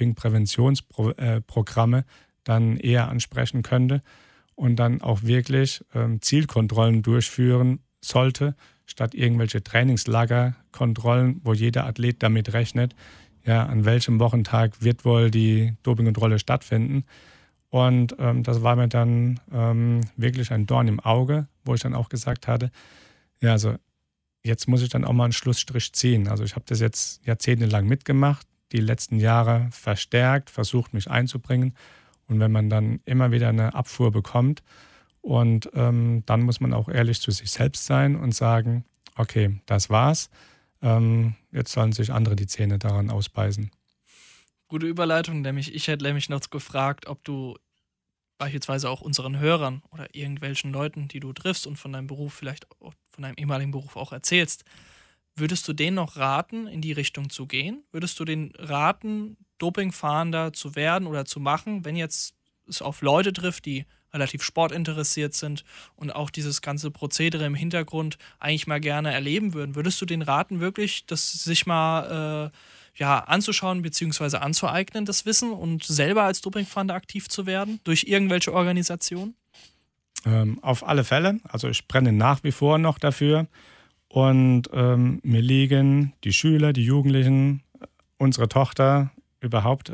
Speaker 2: Dopingpräventionsprogramme dann eher ansprechen könnte und dann auch wirklich Zielkontrollen durchführen sollte, statt irgendwelche Trainingslagerkontrollen, wo jeder Athlet damit rechnet, ja, an welchem Wochentag wird wohl die Dopingkontrolle stattfinden. Und das war mir dann wirklich ein Dorn im Auge, wo ich dann auch gesagt hatte, ja, also jetzt muss ich dann auch mal einen Schlussstrich ziehen. Also ich habe das jetzt jahrzehntelang mitgemacht, die letzten Jahre verstärkt, versucht mich einzubringen. Und wenn man dann immer wieder eine Abfuhr bekommt und dann muss man auch ehrlich zu sich selbst sein und sagen, okay, das war's. Jetzt sollen sich andere die Zähne daran ausbeißen.
Speaker 1: Gute Überleitung, ich hätte nämlich noch gefragt, ob du beispielsweise auch unseren Hörern oder irgendwelchen Leuten, die du triffst und von deinem Beruf, vielleicht auch von deinem ehemaligen Beruf auch erzählst, würdest du denen noch raten, in die Richtung zu gehen? Würdest du denen raten, Dopingfahnder zu werden oder zu machen, wenn jetzt es auf Leute trifft, die relativ sportinteressiert sind und auch dieses ganze Prozedere im Hintergrund eigentlich mal gerne erleben würden? Würdest du denen raten, wirklich, das sich mal anzuschauen bzw. anzueignen, das Wissen, und selber als Dopingfahnder aktiv zu werden durch irgendwelche Organisationen?
Speaker 2: Auf alle Fälle. Also ich brenne nach wie vor noch dafür. Und mir liegen die Schüler, die Jugendlichen, unsere Tochter überhaupt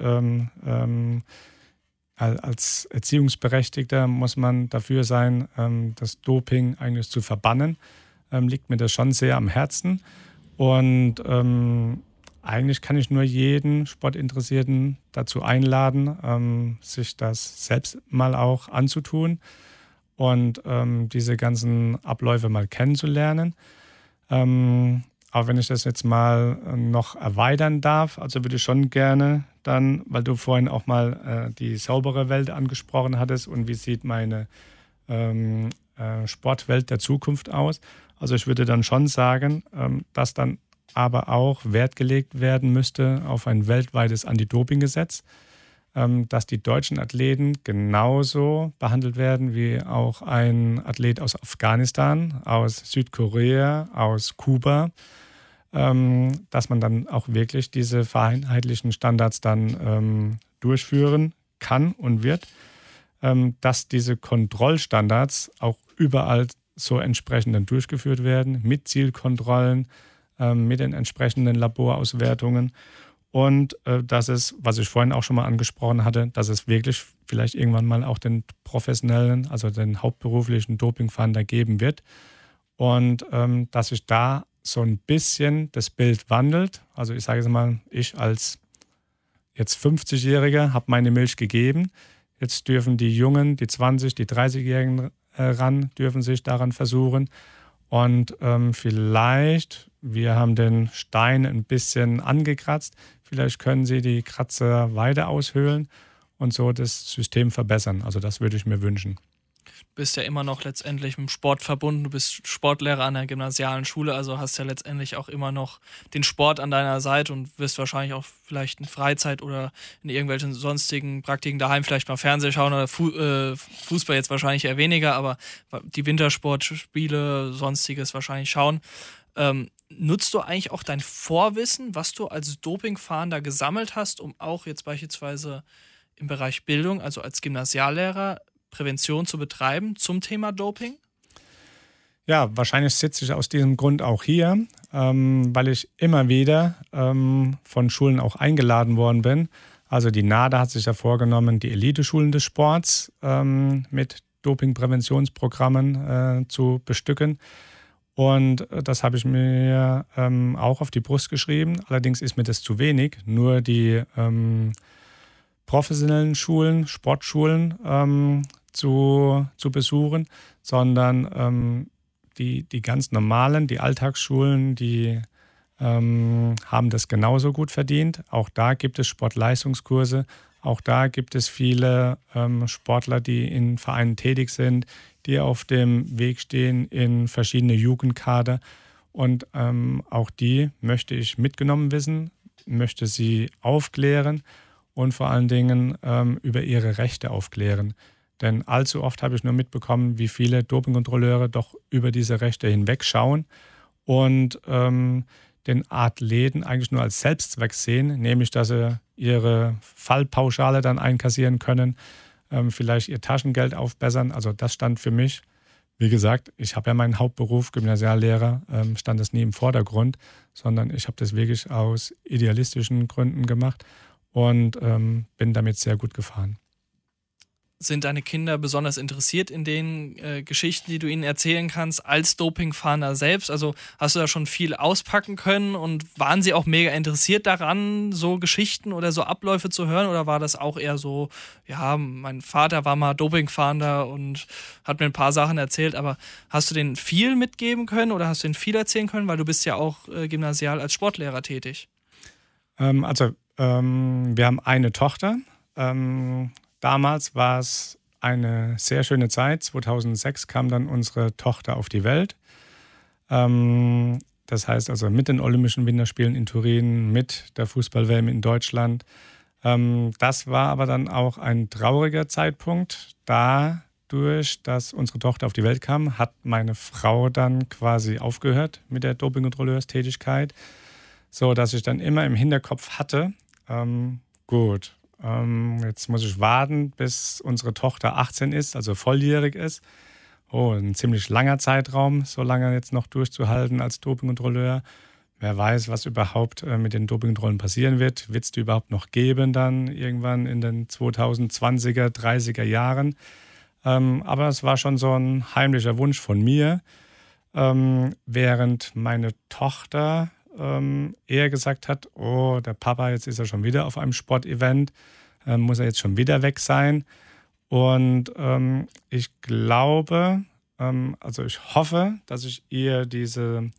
Speaker 2: als Erziehungsberechtigter muss man dafür sein, das Doping eigentlich zu verbannen. Liegt mir das schon sehr am Herzen. Und eigentlich kann ich nur jeden Sportinteressierten dazu einladen, sich das selbst mal auch anzutun und diese ganzen Abläufe mal kennenzulernen. Auch wenn ich das jetzt mal noch erweitern darf, also würde ich schon gerne dann, weil du vorhin auch mal die saubere Welt angesprochen hattest und wie sieht meine Sportwelt der Zukunft aus. Also ich würde dann schon sagen, dass dann aber auch Wert gelegt werden müsste auf ein weltweites Anti-Doping-Gesetz, dass die deutschen Athleten genauso behandelt werden wie auch ein Athlet aus Afghanistan, aus Südkorea, aus Kuba, dass man dann auch wirklich diese vereinheitlichen Standards dann durchführen kann und wird, dass diese Kontrollstandards auch überall so entsprechend dann durchgeführt werden, mit Zielkontrollen, mit den entsprechenden Laborauswertungen und dass es, was ich vorhin auch schon mal angesprochen hatte, dass es wirklich vielleicht irgendwann mal auch den professionellen, also den hauptberuflichen Dopingfahnder geben wird und dass sich da so ein bisschen das Bild wandelt. Also ich sage es mal, ich als jetzt 50-Jähriger habe meine Milch gegeben. Jetzt dürfen die Jungen, die 20-, die 30-Jährigen dürfen sich daran versuchen. Und vielleicht, wir haben den Stein ein bisschen angekratzt, vielleicht können sie die Kratzer weiter aushöhlen und so das System verbessern. Also das würde ich mir wünschen.
Speaker 1: Du bist ja immer noch letztendlich mit dem Sport verbunden. Du bist Sportlehrer an der gymnasialen Schule, also hast ja letztendlich auch immer noch den Sport an deiner Seite und wirst wahrscheinlich auch vielleicht in Freizeit oder in irgendwelchen sonstigen Praktiken daheim vielleicht mal Fernsehen schauen oder Fußball jetzt wahrscheinlich eher weniger, aber die Wintersportspiele, sonstiges wahrscheinlich schauen. Nutzt du eigentlich auch dein Vorwissen, was du als Dopingfahnder gesammelt hast, um auch jetzt beispielsweise im Bereich Bildung, also als Gymnasiallehrer, Prävention zu betreiben zum Thema Doping?
Speaker 2: Ja, wahrscheinlich sitze ich aus diesem Grund auch hier, weil ich immer wieder von Schulen auch eingeladen worden bin. Also die NADA hat sich ja vorgenommen, die Eliteschulen des Sports mit Dopingpräventionsprogrammen zu bestücken. Und das habe ich mir auch auf die Brust geschrieben. Allerdings ist mir das zu wenig. Nur die professionellen Schulen, Sportschulen zu besuchen, sondern die ganz normalen, die Alltagsschulen, die haben das genauso gut verdient. Auch da gibt es Sportleistungskurse. Auch da gibt es viele Sportler, die in Vereinen tätig sind, die auf dem Weg stehen in verschiedene Jugendkader. Und auch die möchte ich mitgenommen wissen, möchte sie aufklären und vor allen Dingen über ihre Rechte aufklären. Denn allzu oft habe ich nur mitbekommen, wie viele Dopingkontrolleure doch über diese Rechte hinwegschauen und den Athleten eigentlich nur als Selbstzweck sehen, nämlich dass sie ihre Fallpauschale dann einkassieren können, vielleicht ihr Taschengeld aufbessern. Also das stand für mich, wie gesagt, ich habe ja meinen Hauptberuf, Gymnasiallehrer, stand das nie im Vordergrund, sondern ich habe das wirklich aus idealistischen Gründen gemacht und bin damit sehr gut gefahren.
Speaker 1: Sind deine Kinder besonders interessiert in den Geschichten, die du ihnen erzählen kannst, als Dopingfahnder selbst? Also hast du da schon viel auspacken können und waren sie auch mega interessiert daran, so Geschichten oder so Abläufe zu hören? Oder war das auch eher so, ja, mein Vater war mal Dopingfahnder und hat mir ein paar Sachen erzählt, aber hast du denen viel mitgeben können oder hast du denen viel erzählen können? Weil du bist ja auch gymnasial als Sportlehrer tätig.
Speaker 2: Wir haben eine Tochter. Damals war es eine sehr schöne Zeit. 2006 kam dann unsere Tochter auf die Welt. Das heißt also mit den Olympischen Winterspielen in Turin, mit der Fußball-WM in Deutschland. Das war aber dann auch ein trauriger Zeitpunkt. Dadurch, dass unsere Tochter auf die Welt kam, hat meine Frau dann quasi aufgehört mit der Dopingkontrolleurstätigkeit, so dass ich dann immer im Hinterkopf hatte, jetzt muss ich warten, bis unsere Tochter 18 ist, also volljährig ist. Oh, ein ziemlich langer Zeitraum, so lange jetzt noch durchzuhalten als Dopingkontrolleur. Wer weiß, was überhaupt mit den Dopingkontrollen passieren wird. Wird es die überhaupt noch geben dann irgendwann in den 2020er, 30er Jahren? Aber es war schon so ein heimlicher Wunsch von mir, während meine Tochter eher gesagt hat, oh, der Papa, jetzt ist er schon wieder auf einem Sportevent, muss er jetzt schon wieder weg sein. Und ich glaube, ich hoffe, dass ich ihr diese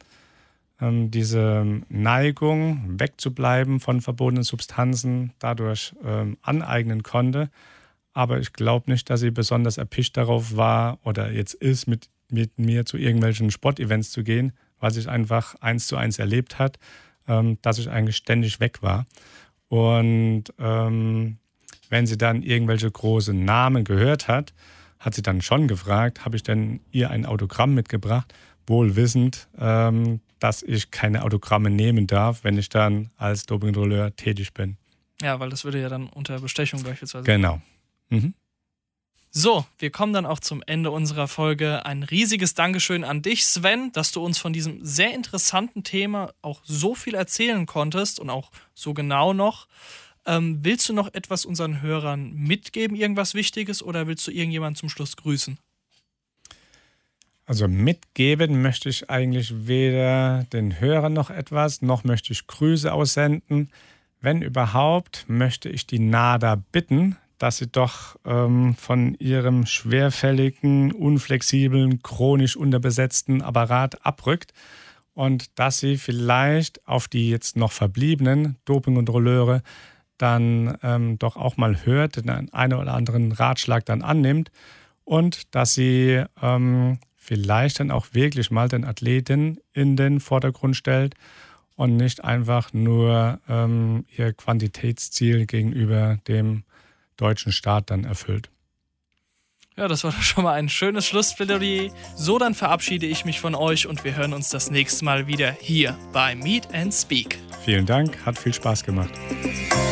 Speaker 2: Neigung, wegzubleiben von verbotenen Substanzen, dadurch aneignen konnte. Aber ich glaube nicht, dass sie besonders erpicht darauf war oder jetzt ist, mit mir zu irgendwelchen Sportevents zu gehen, weil sich einfach 1:1 erlebt hat, dass ich eigentlich ständig weg war. Und wenn sie dann irgendwelche großen Namen gehört hat, hat sie dann schon gefragt, habe ich denn ihr ein Autogramm mitgebracht, wohl wissend, dass ich keine Autogramme nehmen darf, wenn ich dann als Dopingkontrolleur tätig bin.
Speaker 1: Ja, weil das würde ja dann unter Bestechung beispielsweise.
Speaker 2: Genau. Mhm.
Speaker 1: So, wir kommen dann auch zum Ende unserer Folge. Ein riesiges Dankeschön an dich, Sven, dass du uns von diesem sehr interessanten Thema auch so viel erzählen konntest und auch so genau noch. Willst du noch etwas unseren Hörern mitgeben, irgendwas Wichtiges, oder willst du irgendjemanden zum Schluss grüßen?
Speaker 2: Also mitgeben möchte ich eigentlich weder den Hörern noch etwas, noch möchte ich Grüße aussenden. Wenn überhaupt, möchte ich die NADA bitten, dass sie doch von ihrem schwerfälligen, unflexiblen, chronisch unterbesetzten Apparat abrückt und dass sie vielleicht auf die jetzt noch verbliebenen Dopingkontrolleure dann doch auch mal hört, den einen oder anderen Ratschlag dann annimmt und dass sie vielleicht dann auch wirklich mal den Athleten in den Vordergrund stellt und nicht einfach nur ihr Quantitätsziel gegenüber dem deutschen Staat dann erfüllt.
Speaker 1: Ja, das war doch schon mal ein schönes Schlussplädoyer. So, dann verabschiede ich mich von euch und wir hören uns das nächste Mal wieder hier bei Meet and Speak.
Speaker 2: Vielen Dank, hat viel Spaß gemacht.